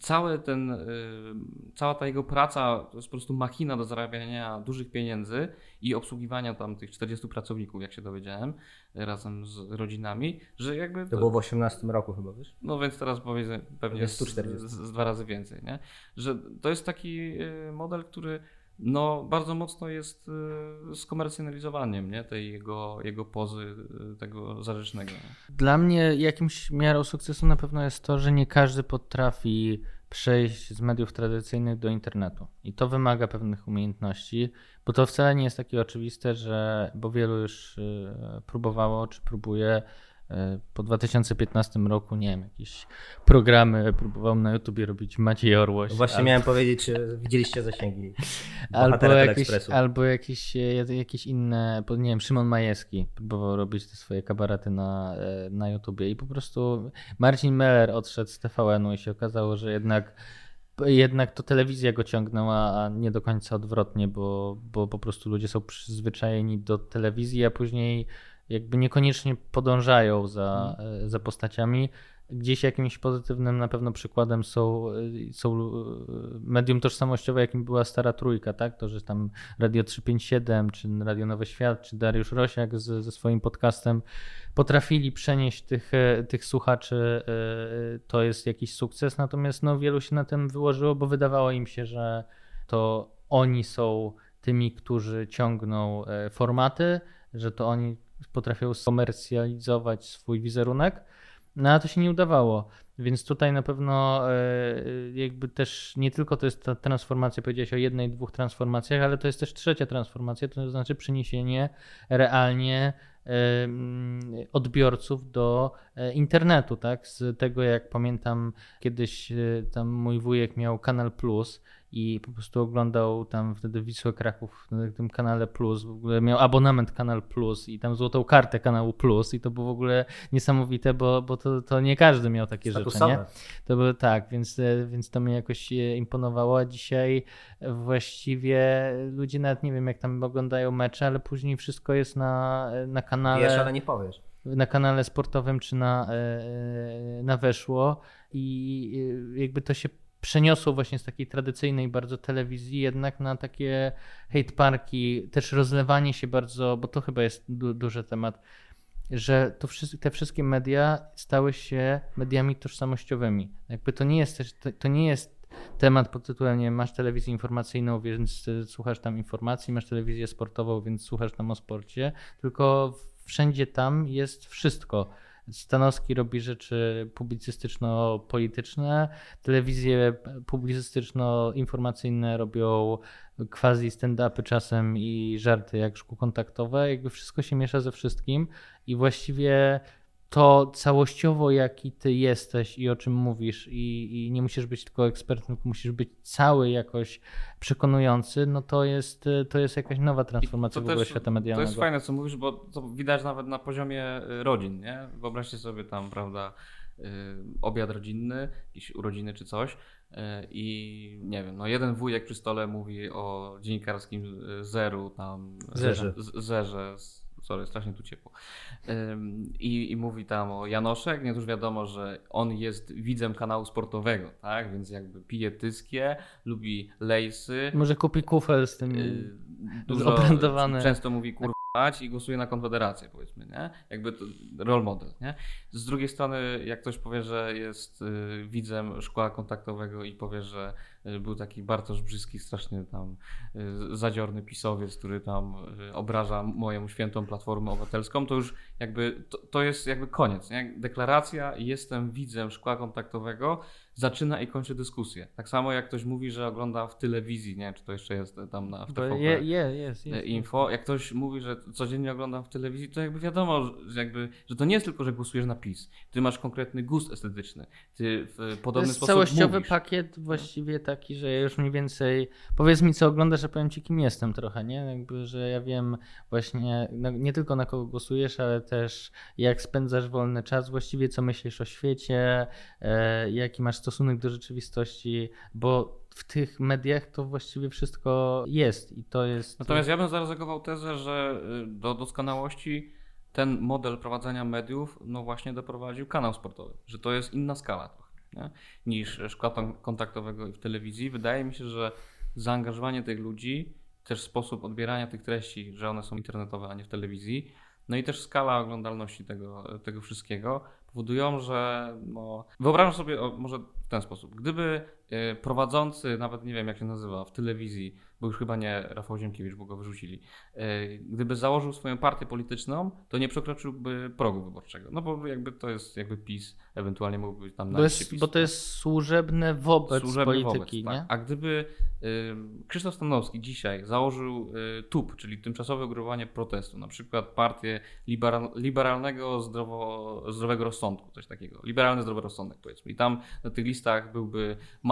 cała ta jego praca to jest po prostu machina do zarabiania dużych pieniędzy i obsługiwania tam tych 40 pracowników, jak się dowiedziałem, razem z rodzinami, że jakby... To było w 18 roku chyba, wiesz? No więc teraz powiedzmy pewnie 140. z 2 razy więcej, nie? Że to jest taki model, który no, bardzo mocno jest skomercjonalizowaniem, nie? Tej jego pozy, tego Zarzecznego. Dla mnie jakimś miarą sukcesu na pewno jest to, że nie każdy potrafi przejść z mediów tradycyjnych do internetu. I to wymaga pewnych umiejętności, bo to wcale nie jest takie oczywiste, bo wielu już próbowało, czy próbuje. Po 2015 roku, nie wiem, jakieś programy próbował na YouTubie robić Maciej Orłoś. Właśnie miałem powiedzieć, czy widzieliście zasięgi albo jakieś inne, nie wiem, Szymon Majewski próbował robić te swoje kabarety na YouTubie i po prostu Marcin Meller odszedł z TVN-u i się okazało, że jednak to telewizja go ciągnęła, a nie do końca odwrotnie, bo po prostu ludzie są przyzwyczajeni do telewizji, a później jakby niekoniecznie podążają za postaciami. Gdzieś jakimś pozytywnym na pewno przykładem są medium tożsamościowe, jakim była Stara Trójka, tak? To, że tam Radio 357, czy Radio Nowy Świat, czy Dariusz Rosiak ze swoim podcastem potrafili przenieść tych słuchaczy, to jest jakiś sukces, natomiast no, wielu się na tym wyłożyło, bo wydawało im się, że to oni są tymi, którzy ciągną formaty, że to oni potrafią skomercjalizować swój wizerunek, no a to się nie udawało, więc tutaj na pewno jakby też nie tylko to jest ta transformacja, powiedziałeś o 1-2 transformacjach, ale to jest też trzecia transformacja, to znaczy przeniesienie realnie odbiorców do internetu, tak? Z tego, jak pamiętam, kiedyś tam mój wujek miał Kanal Plus i po prostu oglądał tam wtedy Wisłę Kraków na tym Kanale Plus, w ogóle miał abonament Kanal Plus i tam złotą kartę Kanału Plus i to było w ogóle niesamowite, bo to nie każdy miał takie rzeczy, nie? To było tak, więc to mnie jakoś imponowało, a dzisiaj właściwie ludzie nawet nie wiem, jak tam oglądają mecze, ale później wszystko jest na kanale. Wiesz, ale nie powiesz. Na kanale sportowym czy na Weszło i jakby to się przeniosło właśnie z takiej tradycyjnej bardzo telewizji jednak na takie hate parki, też rozlewanie się bardzo, bo to chyba jest duży temat, że te wszystkie media stały się mediami tożsamościowymi. Jakby to nie jest temat pod tytułem, nie, masz telewizję informacyjną, więc słuchasz tam informacji, masz telewizję sportową, więc słuchasz tam o sporcie, tylko wszędzie tam jest wszystko. Stanowski robi rzeczy publicystyczno-polityczne, telewizje publicystyczno-informacyjne robią quasi stand-upy czasem i żarty jak szkół kontaktowe, jakby wszystko się miesza ze wszystkim i właściwie to całościowo jaki ty jesteś i o czym mówisz i nie musisz być tylko ekspertem, tylko musisz być cały jakoś przekonujący, no to jest jakaś nowa transformacja w ogóle świata medialnego. To jest fajne, co mówisz, bo to widać nawet na poziomie rodzin, nie? Wyobraźcie sobie tam, prawda, obiad rodzinny, jakieś urodziny czy coś i nie wiem, no jeden wujek przy stole mówi o dziennikarskim zeru tam, zerze, sorry, strasznie tu ciepło. I mówi tam o Janoszek, więc już wiadomo, że on jest widzem kanału sportowego, tak? Więc jakby pije tyskie, lubi lejsy. Może kupi kufel z tym dużo obrędowany. Często mówi kurwa i głosuje na Konfederację, powiedzmy, nie? Jakby to role model, nie? Z drugiej strony, jak ktoś powie, że jest widzem szkła kontaktowego i powie, że był taki Bartosz Brzyski, strasznie tam zadziorny pisowiec, który tam obraża moją świętą Platformę Obywatelską, to już jakby to jest jakby koniec, nie? Deklaracja jestem widzem szkła kontaktowego zaczyna i kończy dyskusję. Tak samo jak ktoś mówi, że ogląda w telewizji, nie wiem, czy to jeszcze jest tam w TVP jest info. Jak ktoś mówi, że codziennie oglądam w telewizji, to jakby wiadomo, że to nie jest tylko, że głosujesz na PiS. Ty masz konkretny gust estetyczny. Ty w podobny sposób mówisz. To jest całościowy mówisz. pakiet właściwie taki, że ja już mniej więcej powiedz mi, co oglądasz, a powiem ci, kim jestem trochę, nie? Jakby, że ja wiem właśnie nie tylko na kogo głosujesz, ale też jak spędzasz wolny czas, właściwie co myślisz o świecie, jaki masz stosunek do rzeczywistości, bo w tych mediach to właściwie wszystko jest i to jest... Natomiast ja bym zaryzykował tezę, że do doskonałości ten model prowadzenia mediów no właśnie doprowadził kanał sportowy, że to jest inna skala trochę, nie? Niż szkła kontaktowego w telewizji. Wydaje mi się, że zaangażowanie tych ludzi, też sposób odbierania tych treści, że one są internetowe, a nie w telewizji, no i też skala oglądalności tego wszystkiego powodują, że no, wyobrażam sobie może w ten sposób. Gdyby prowadzący, nawet nie wiem jak się nazywa, w telewizji, bo już chyba nie Rafał Ziemkiewicz, bo go wyrzucili, gdyby założył swoją partię polityczną, to nie przekroczyłby progu wyborczego. No bo jakby to jest jakby PiS, ewentualnie mógłby być tam na PiS. Bo to jest służebne wobec polityki, tak. Nie? A gdyby Krzysztof Stanowski dzisiaj założył TUP, czyli Tymczasowe Ugrupowanie Protestu, na przykład partię liberalnego zdrowego rozsądku, coś takiego. Liberalny zdrowy rozsądek, powiedzmy. I tam na tych listach byłby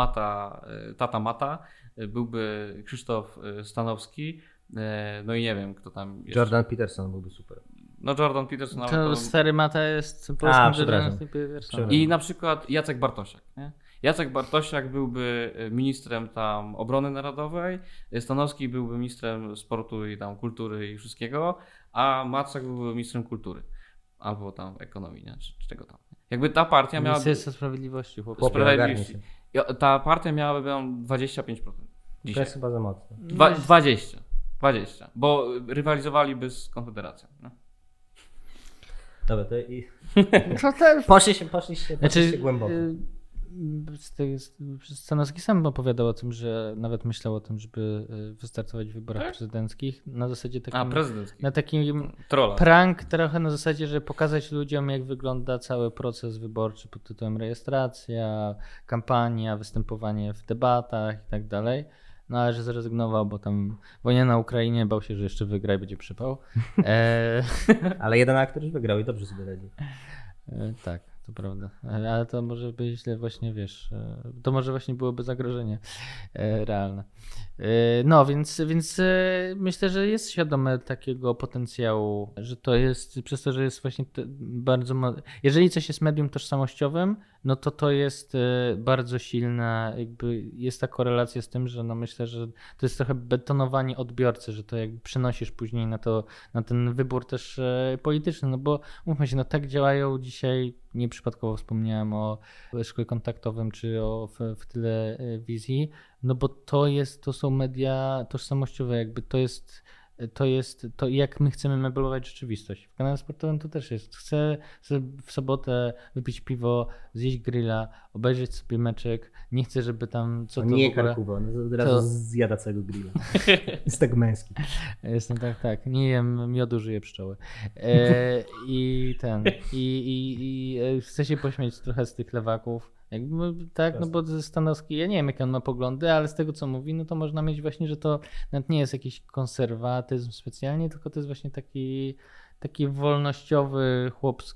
Tata Mata, byłby Krzysztof Stanowski, no i nie wiem, kto tam jeszcze. Jordan Peterson byłby super. No Jordan Peterson. To stary Mata jest polskim Peterson. I na przykład Jacek Bartosiak, nie? Jacek Bartosiak byłby ministrem tam obrony narodowej, Stanowski byłby ministrem sportu i tam kultury i wszystkiego, a Macek byłby ministrem kultury. Albo tam ekonomii, nie? Czy czego tam. Jakby ta partia miała... Ministerstwo Sprawiedliwości. Sprawiedliwości. Ta partia miałaby tam 25%. Dzisiaj. To jest chyba za mocno. 20. Bo rywalizowaliby z Konfederacją. No? Dobra, to i... Poszliście głęboko. Stanowski sam opowiadał o tym, że nawet myślał o tym, żeby wystartować w wyborach prezydenckich. Na zasadzie takim... prezydenckich. Na takim Trolla. Prank trochę na zasadzie, że pokazać ludziom, jak wygląda cały proces wyborczy pod tytułem rejestracja, kampania, występowanie w debatach i tak dalej. no ale że zrezygnował, bo tam wojna na Ukrainie, bał się, że jeszcze wygra i będzie przypał. Ale jeden aktor już wygrał i dobrze sobie radzi. Tak, to prawda. Ale to może być źle właśnie, wiesz, to może właśnie byłoby zagrożenie realne. No, więc myślę, że jest świadome takiego potencjału, że to jest, przez to, że jest właśnie bardzo, jeżeli coś jest medium tożsamościowym, no to jest bardzo silna, jakby jest ta korelacja z tym, że no myślę, że to jest trochę betonowanie odbiorcy, że to jakby przenosisz później na ten wybór też polityczny, no bo mówmy się, no tak działają dzisiaj, nieprzypadkowo wspomniałem o szkole kontaktowym czy o w telewizji, no bo to są media tożsamościowe, jakby to jest to, jak my chcemy meblować rzeczywistość. W kanale sportowym to też jest. Chcę w sobotę wypić piwo, zjeść grilla, obejrzeć sobie meczek. Nie chcę, żeby tam co to nie w ogóle... Karkuba, on od razu zjada całego grilla. Jest tak męski. Jestem tak. Nie jem miodu, żyję pszczoły. I chcę się pośmiać trochę z tych lewaków. No bo Stanowski, ja nie wiem jakie on ma poglądy, ale z tego co mówi, no to można mieć właśnie, że to nawet nie jest jakiś konserwatyzm specjalnie, tylko to jest właśnie taki wolnościowy,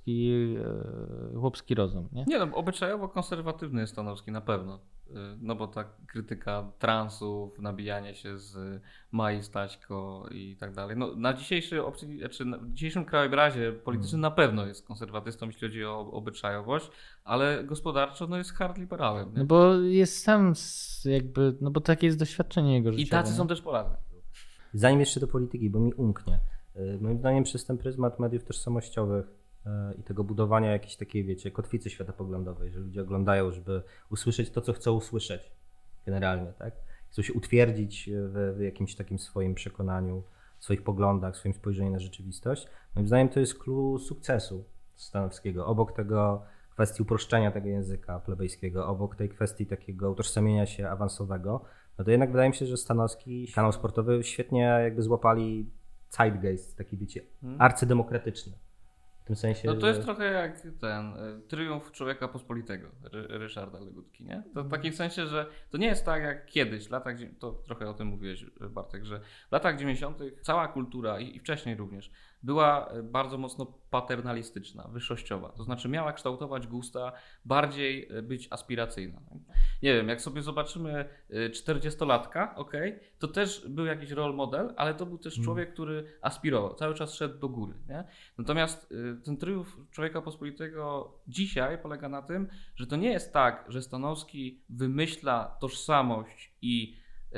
chłopski rozum. Nie, no obyczajowo konserwatywny jest Stanowski na pewno. No bo ta krytyka transów, nabijanie się z Mai Staśko i tak dalej. No na dzisiejszym krajobrazie politycznym na pewno jest konserwatystą, jeśli chodzi o obyczajowość, ale gospodarczo no jest hard liberałem. Nie? No bo jest sam jakby, no bo takie jest doświadczenie jego życiowe. I tacy są też Polacy. Zanim jeszcze do polityki, bo mi umknie. Moim zdaniem przez ten pryzmat mediów tożsamościowych i tego budowania jakiejś takiej, wiecie, kotwicy światopoglądowej, że ludzie oglądają, żeby usłyszeć to, co chcą usłyszeć generalnie, tak? Chcą się utwierdzić w jakimś takim swoim przekonaniu, swoich poglądach, swoim spojrzeniu na rzeczywistość. Moim zdaniem to jest clue sukcesu Stanowskiego. Obok tego kwestii uproszczenia tego języka plebejskiego, obok tej kwestii takiego utożsamienia się awansowego, no to jednak wydaje mi się, że Stanowski, kanał sportowy świetnie jakby złapali zeitgeist, taki wiecie, arcydemokratyczny. W tym sensie, no to jest trochę jak ten triumf Człowieka Pospolitego Ryszarda Legutki, nie? To w takim sensie, że to nie jest tak jak kiedyś, to trochę o tym mówiłeś, Bartek, że w latach 90. cała kultura i wcześniej również była bardzo mocno paternalistyczna, wyższościowa. To znaczy miała kształtować gusta, bardziej być aspiracyjna. Nie wiem, jak sobie zobaczymy 40-latka, to też był jakiś role model, ale to był też człowiek, który aspirował, cały czas szedł do góry. Nie? Natomiast ten triumf Człowieka Pospolitego dzisiaj polega na tym, że to nie jest tak, że Stanowski wymyśla tożsamość i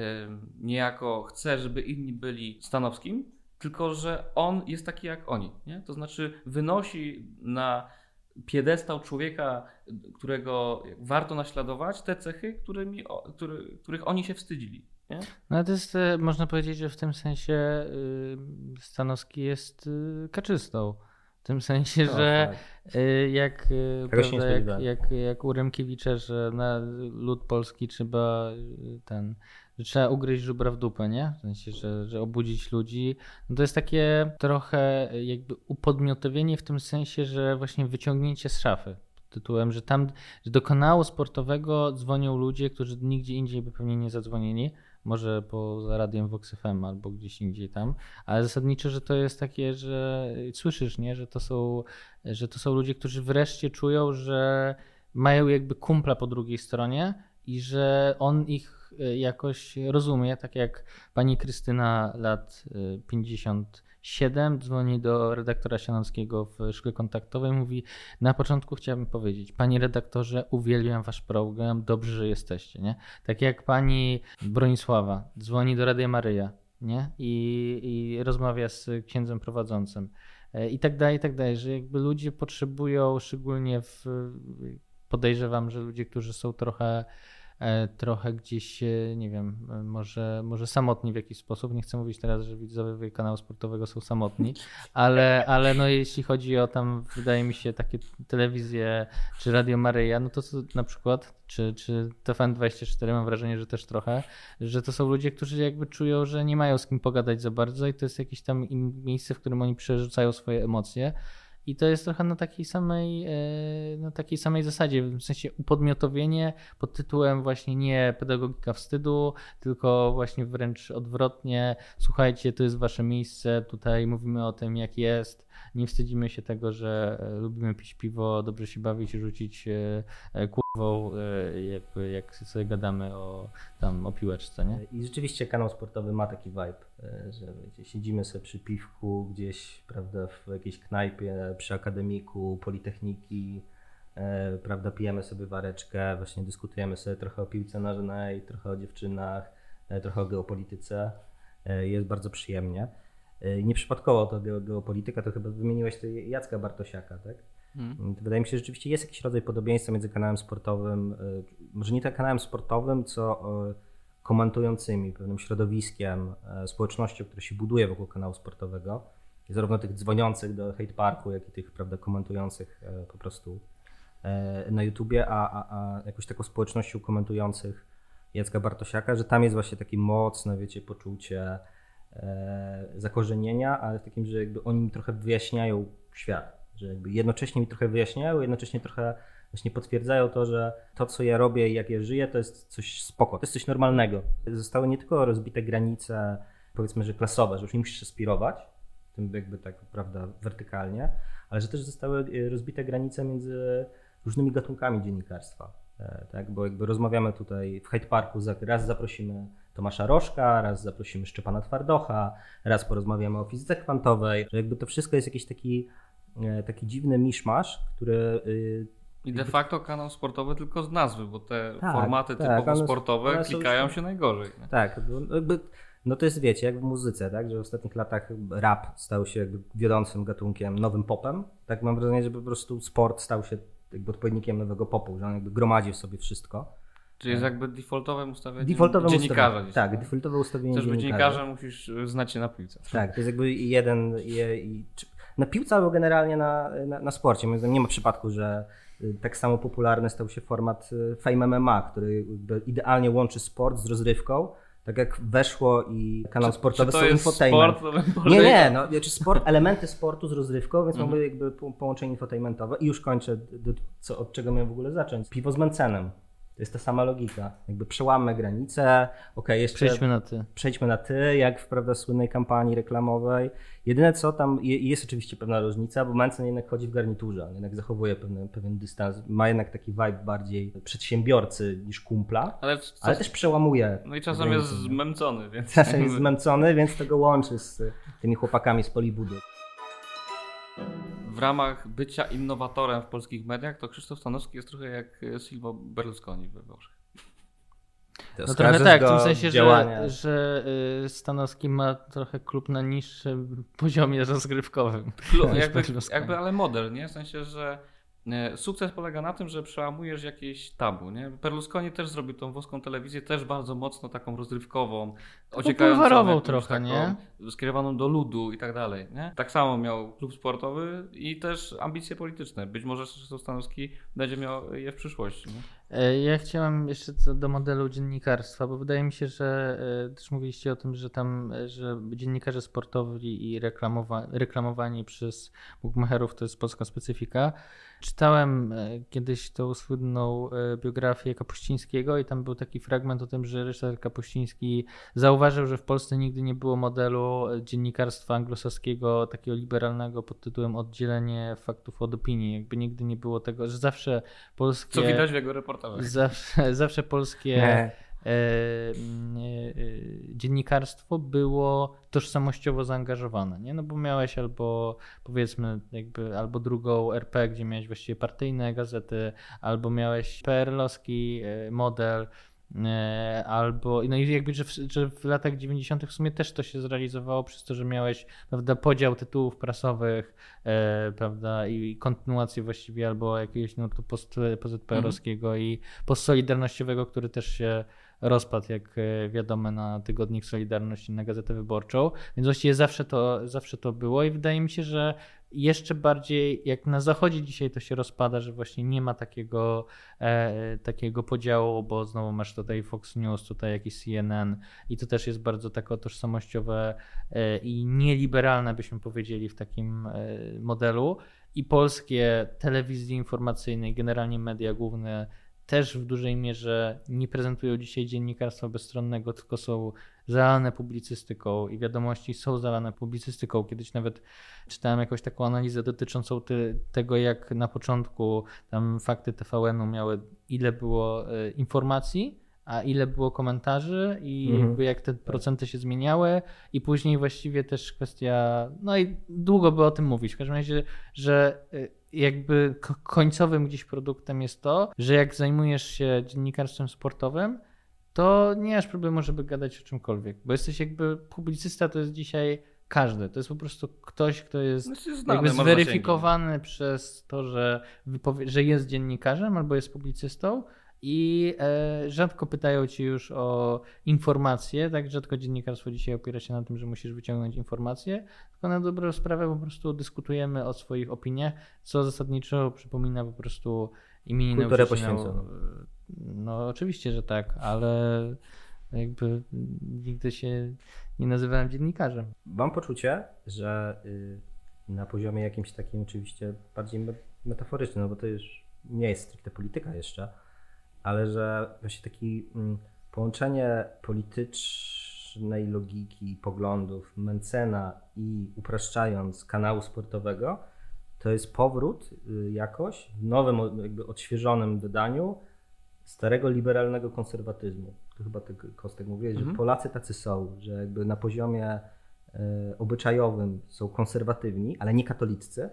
niejako chce, żeby inni byli Stanowskim, tylko że on jest taki jak oni. Nie? To znaczy wynosi na piedestał człowieka, którego warto naśladować, te cechy, których oni się wstydzili. Nie? No to jest, można powiedzieć, że w tym sensie Stanowski jest kaczystą. W tym sensie, że jak u Rymkiewicza, że na lud polski trzeba że trzeba ugryźć żubra w dupę, nie? W sensie, że obudzić ludzi. No to jest takie trochę jakby upodmiotowienie w tym sensie, że właśnie wyciągnięcie z szafy. Pod tytułem, że że do kanału sportowego dzwonią ludzie, którzy nigdzie indziej by pewnie nie zadzwonili. Może poza radiem Vox FM albo gdzieś indziej tam, ale zasadniczo, że to jest takie, że słyszysz, nie? Że to są ludzie, którzy wreszcie czują, że mają jakby kumpla po drugiej stronie i że on ich jakoś rozumie, tak jak pani Krystyna lat 57 dzwoni do redaktora Sianowskiego w szkole kontaktowej, mówi: na początku chciałabym powiedzieć, panie redaktorze, uwielbiam wasz program, dobrze, że jesteście, nie? Tak jak pani Bronisława dzwoni do Radia Maryja, nie? I rozmawia z księdzem prowadzącym i tak dalej, że jakby ludzie potrzebują, szczególnie podejrzewam, że ludzie, którzy są trochę gdzieś, nie wiem, może samotni w jakiś sposób. Nie chcę mówić teraz, że widzowie kanału sportowego są samotni, ale no jeśli chodzi o tam, wydaje mi się, takie telewizje czy Radio Maryja, no to na przykład, czy TVN24, mam wrażenie, że też trochę, że to są ludzie, którzy jakby czują, że nie mają z kim pogadać za bardzo i to jest jakieś tam miejsce, w którym oni przerzucają swoje emocje. I to jest trochę na takiej samej zasadzie, w sensie upodmiotowienie pod tytułem właśnie nie pedagogika wstydu, tylko właśnie wręcz odwrotnie. Słuchajcie, to jest wasze miejsce, tutaj mówimy o tym, jak jest. Nie wstydzimy się tego, że lubimy pić piwo, dobrze się bawić i rzucić kurwą, jak sobie gadamy o piłeczce, nie? I rzeczywiście kanał sportowy ma taki vibe, że wiecie, siedzimy sobie przy piwku gdzieś, prawda, w jakiejś knajpie, przy akademiku, politechniki, prawda, pijemy sobie wareczkę, właśnie dyskutujemy sobie trochę o piłce nożnej, trochę o dziewczynach, trochę o geopolityce. Jest bardzo przyjemnie. Nieprzypadkowo to geopolityka, to chyba wymieniłeś tutaj Jacka Bartosiaka, tak? Wydaje mi się, że rzeczywiście jest jakiś rodzaj podobieństwa między kanałem sportowym, może nie tak kanałem sportowym, co komentującymi, pewnym środowiskiem, społecznością, która się buduje wokół kanału sportowego. I zarówno tych dzwoniących do hate parku, jak i tych, prawda, komentujących po prostu na YouTubie, a jakąś taką społecznością komentujących Jacka Bartosiaka, że tam jest właśnie takie mocne, wiecie, poczucie zakorzenienia, ale w takim, że jakby oni mi trochę wyjaśniają świat, że jakby jednocześnie mi trochę wyjaśniają, jednocześnie trochę właśnie potwierdzają to, że to, co ja robię i jak ja żyję, to jest coś spoko, to jest coś normalnego. Zostały nie tylko rozbite granice, powiedzmy, że klasowe, że już nie musisz aspirować, tym jakby tak, prawda, wertykalnie, ale że też zostały rozbite granice między różnymi gatunkami dziennikarstwa, tak, bo jakby rozmawiamy tutaj w Hyde Parku, raz zaprosimy Tomasza Rożka, raz zaprosimy Szczepana Twardocha, raz porozmawiamy o fizyce kwantowej, że jakby to wszystko jest jakiś taki dziwny miszmasz, który... I de facto kanał sportowy tylko z nazwy, bo te formaty typowo sportowe klikają się najgorzej. Nie? Tak, jakby, no to jest, wiecie, jak w muzyce, tak, że w ostatnich latach rap stał się jakby wiodącym gatunkiem, nowym popem. Tak mam wrażenie, że po prostu sport stał się jakby odpowiednikiem nowego popu, że on jakby gromadzi w sobie wszystko. Czyli jest jakby defaultowym ustawieniem dziennikarza. Tak, defaultowe ustawienie dziennikarza. Chcesz być dziennikarza, musisz znać się na piłce. Tak, to jest jakby na piłce albo generalnie na sporcie. Nie ma przypadku, że tak samo popularny stał się format Fame MMA, który idealnie łączy sport z rozrywką. Tak jak weszło i kanał sportowy są infotainment. Nie, no, znaczy elementy sportu z rozrywką, więc mamy jakby połączenie infotainmentowe i już kończę, od czego miałem w ogóle zacząć. Piwo z Mencenem. To jest ta sama logika. Jakby przełammy granice, jeszcze przejdźmy na ty, jak w, prawda, słynnej kampanii reklamowej. Jedyne co tam, jest oczywiście pewna różnica, bo Mencen jednak chodzi w garniturze, on jednak zachowuje pewien dystans, ma jednak taki vibe bardziej przedsiębiorcy niż kumpla, ale też przełamuje. No i czasem jest zmęcony. Więc... Czasem jest zmęcony, więc to go łączy z tymi chłopakami z Polibudu. W ramach bycia innowatorem w polskich mediach, to Krzysztof Stanowski jest trochę jak Silvio Berlusconi we Włoszech. No trochę tak, w tym sensie, że Stanowski ma trochę klub na niższym poziomie rozgrywkowym. Jakby ale model, nie? W sensie, że sukces polega na tym, że przełamujesz jakieś tabu, nie? Berlusconi też zrobił tą włoską telewizję, też bardzo mocno taką rozrywkową, ociekającą trochę, nie? Skierowaną do ludu i tak dalej, nie? Tak samo miał klub sportowy i też ambicje polityczne. Być może Krzysztof Stanowski będzie miał je w przyszłości, nie? Ja chciałem jeszcze co do modelu dziennikarstwa, bo wydaje mi się, że też mówiliście o tym, że że dziennikarze sportowi i reklamowani przez bookmacherów to jest polska specyfika. Czytałem kiedyś tą słynną biografię Kapuścińskiego i tam był taki fragment o tym, że Ryszard Kapuściński zauważył, że w Polsce nigdy nie było modelu dziennikarstwa anglosaskiego takiego liberalnego pod tytułem oddzielenie faktów od opinii. Jakby nigdy nie było tego, że zawsze polskie... Co widać w jego reportażach. Zawsze polskie dziennikarstwo było tożsamościowo zaangażowane, nie? No bo miałeś albo powiedzmy albo drugą RP, gdzie miałeś właściwie partyjne gazety, albo miałeś PRL-owski model, albo no i jakby, że w latach 90. w sumie też to się zrealizowało przez to, że miałeś, prawda, podział tytułów prasowych, prawda, i kontynuację właściwie albo jakiegoś nurtu post-PZPR-owskiego i postsolidarnościowego, który też się rozpadł, jak wiadomo, na Tygodnik Solidarności, na Gazetę Wyborczą, więc właściwie zawsze to było i wydaje mi się, że jeszcze bardziej, jak na zachodzie dzisiaj to się rozpada, że właśnie nie ma takiego podziału, bo znowu masz tutaj Fox News, tutaj jakiś CNN i to też jest bardzo tak tożsamościowe i nieliberalne, byśmy powiedzieli, w takim modelu. I polskie telewizje informacyjne i generalnie media główne też w dużej mierze nie prezentują dzisiaj dziennikarstwa bezstronnego, tylko są zalane publicystyką i wiadomości są zalane publicystyką. Kiedyś nawet czytałem jakąś taką analizę dotyczącą tego, jak na początku tam Fakty TVN-u miały, ile było informacji, a ile było komentarzy i jakby jak te procenty się zmieniały i później właściwie też kwestia, no i długo by o tym mówić. W każdym razie, że jakby końcowym gdzieś produktem jest to, że jak zajmujesz się dziennikarstwem sportowym, to nie masz problemu, żeby gadać o czymkolwiek, bo jesteś jakby publicysta, to jest dzisiaj każdy. To jest po prostu ktoś, kto jest znany, jakby zweryfikowany przez to, że jest dziennikarzem albo jest publicystą i rzadko pytają ci już o informacje, tak rzadko dziennikarstwo dzisiaj opiera się na tym, że musisz wyciągnąć informacje, tylko na dobrą sprawę po prostu dyskutujemy o swoich opiniach, co zasadniczo przypomina po prostu imieninę kulturę poświęconą. No oczywiście, że tak, ale jakby nigdy się nie nazywałem dziennikarzem. Mam poczucie, że na poziomie jakimś takim oczywiście bardziej metaforycznym, no bo to już nie jest stricte polityka jeszcze, ale że właśnie takie połączenie politycznej logiki, poglądów Mentzena i upraszczając kanału sportowego, to jest powrót jakoś w nowym, jakby odświeżonym wydaniu starego liberalnego konserwatyzmu. To chyba Kostek mówiłeś, że Polacy tacy są, że jakby na poziomie obyczajowym są konserwatywni, ale nie katoliccy,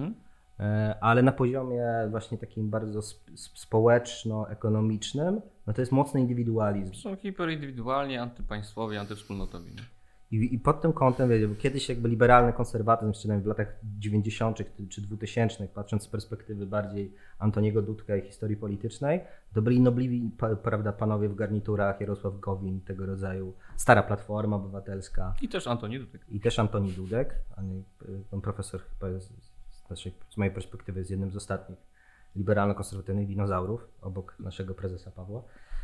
ale na poziomie właśnie takim bardzo społeczno-ekonomicznym, no to jest mocny indywidualizm. Są hiperindywidualni, antypaństwowi, antywspólnotowi. I pod tym kątem, wiecie, bo kiedyś jakby liberalny konserwatyzm, szczególnie w latach 90. czy 2000, patrząc z perspektywy bardziej Antoniego Dudka i historii politycznej, to byli nobliwi, prawda, panowie w garniturach, Jarosław Gowin, tego rodzaju, stara Platforma Obywatelska. I też Antoni Dudek. I też Antoni Dudek, pan profesor chyba jest, z mojej perspektywy jest jednym z ostatnich liberalno-konserwatywnych dinozaurów, obok naszego prezesa Pawła.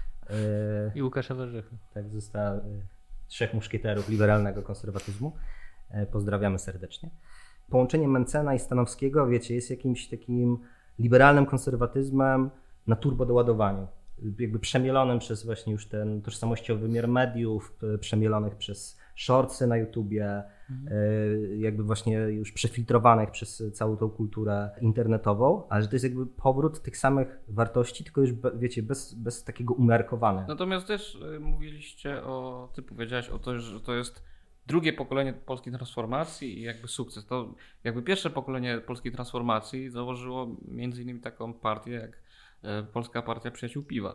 I Łukasza Warzycha. Tak, zostało 3 muszkieterów liberalnego konserwatyzmu. Pozdrawiamy serdecznie. Połączenie Mentzena i Stanowskiego, wiecie, jest jakimś takim liberalnym konserwatyzmem na turbodoładowaniu. Jakby przemielonym przez właśnie już ten tożsamościowy wymiar mediów, przemielonych przez shortsy na YouTubie, jakby właśnie już przefiltrowanych przez całą tą kulturę internetową, ale że to jest jakby powrót tych samych wartości, tylko już wiecie, bez takiego umiarkowania. Natomiast też mówiliście ty powiedziałeś o to, że to jest drugie pokolenie polskiej transformacji i jakby sukces. To jakby pierwsze pokolenie polskiej transformacji założyło między innymi taką partię jak Polska Partia Przyjaciół Piwa.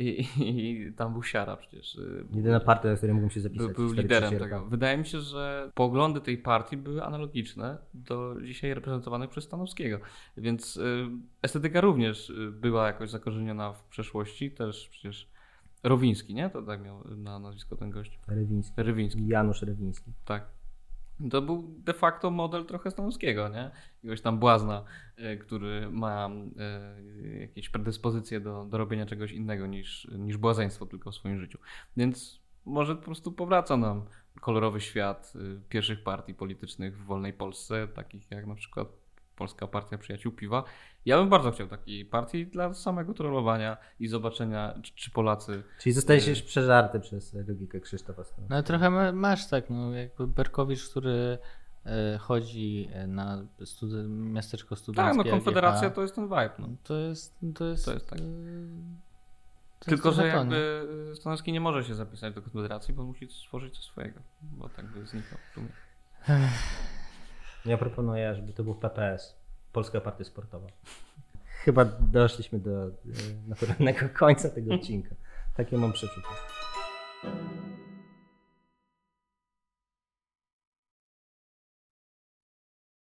I tam był Siara przecież. Jedyna partia, na której mógłbym się zapisać. Był liderem tego. Wydaje mi się, że poglądy tej partii były analogiczne do dzisiaj reprezentowanych przez Stanowskiego. Więc estetyka również była jakoś zakorzeniona w przeszłości. Też przecież Rowiński, nie? To tak miał na nazwisko ten gość. Rywiński. Janusz Rywiński. Tak. To był de facto model trochę Stanowskiego, nie? Jakiegoś tam błazna, który ma jakieś predyspozycje do robienia czegoś innego niż błazeństwo tylko w swoim życiu. Więc może po prostu powraca nam kolorowy świat pierwszych partii politycznych w wolnej Polsce, takich jak na przykład Polska Partia Przyjaciół Piwa. Ja bym bardzo chciał takiej partii dla samego trollowania i zobaczenia, czy Polacy... Czyli zostajesz już przeżarty przez logikę Krzysztofa Stanowskiego. No trochę masz tak, no jakby Berkowicz, który chodzi na miasteczko studenckie. Tak, no Konfederacja to jest ten vibe. No. To jest tak. Tylko, że jakby Stanowski nie może się zapisać do Konfederacji, bo musi stworzyć coś swojego, bo tak by zniknął w sumie. Ja proponuję, żeby to był PPS, Polska Partia Sportowa. Chyba doszliśmy do naturalnego końca tego odcinka. Takie mam przeczucie.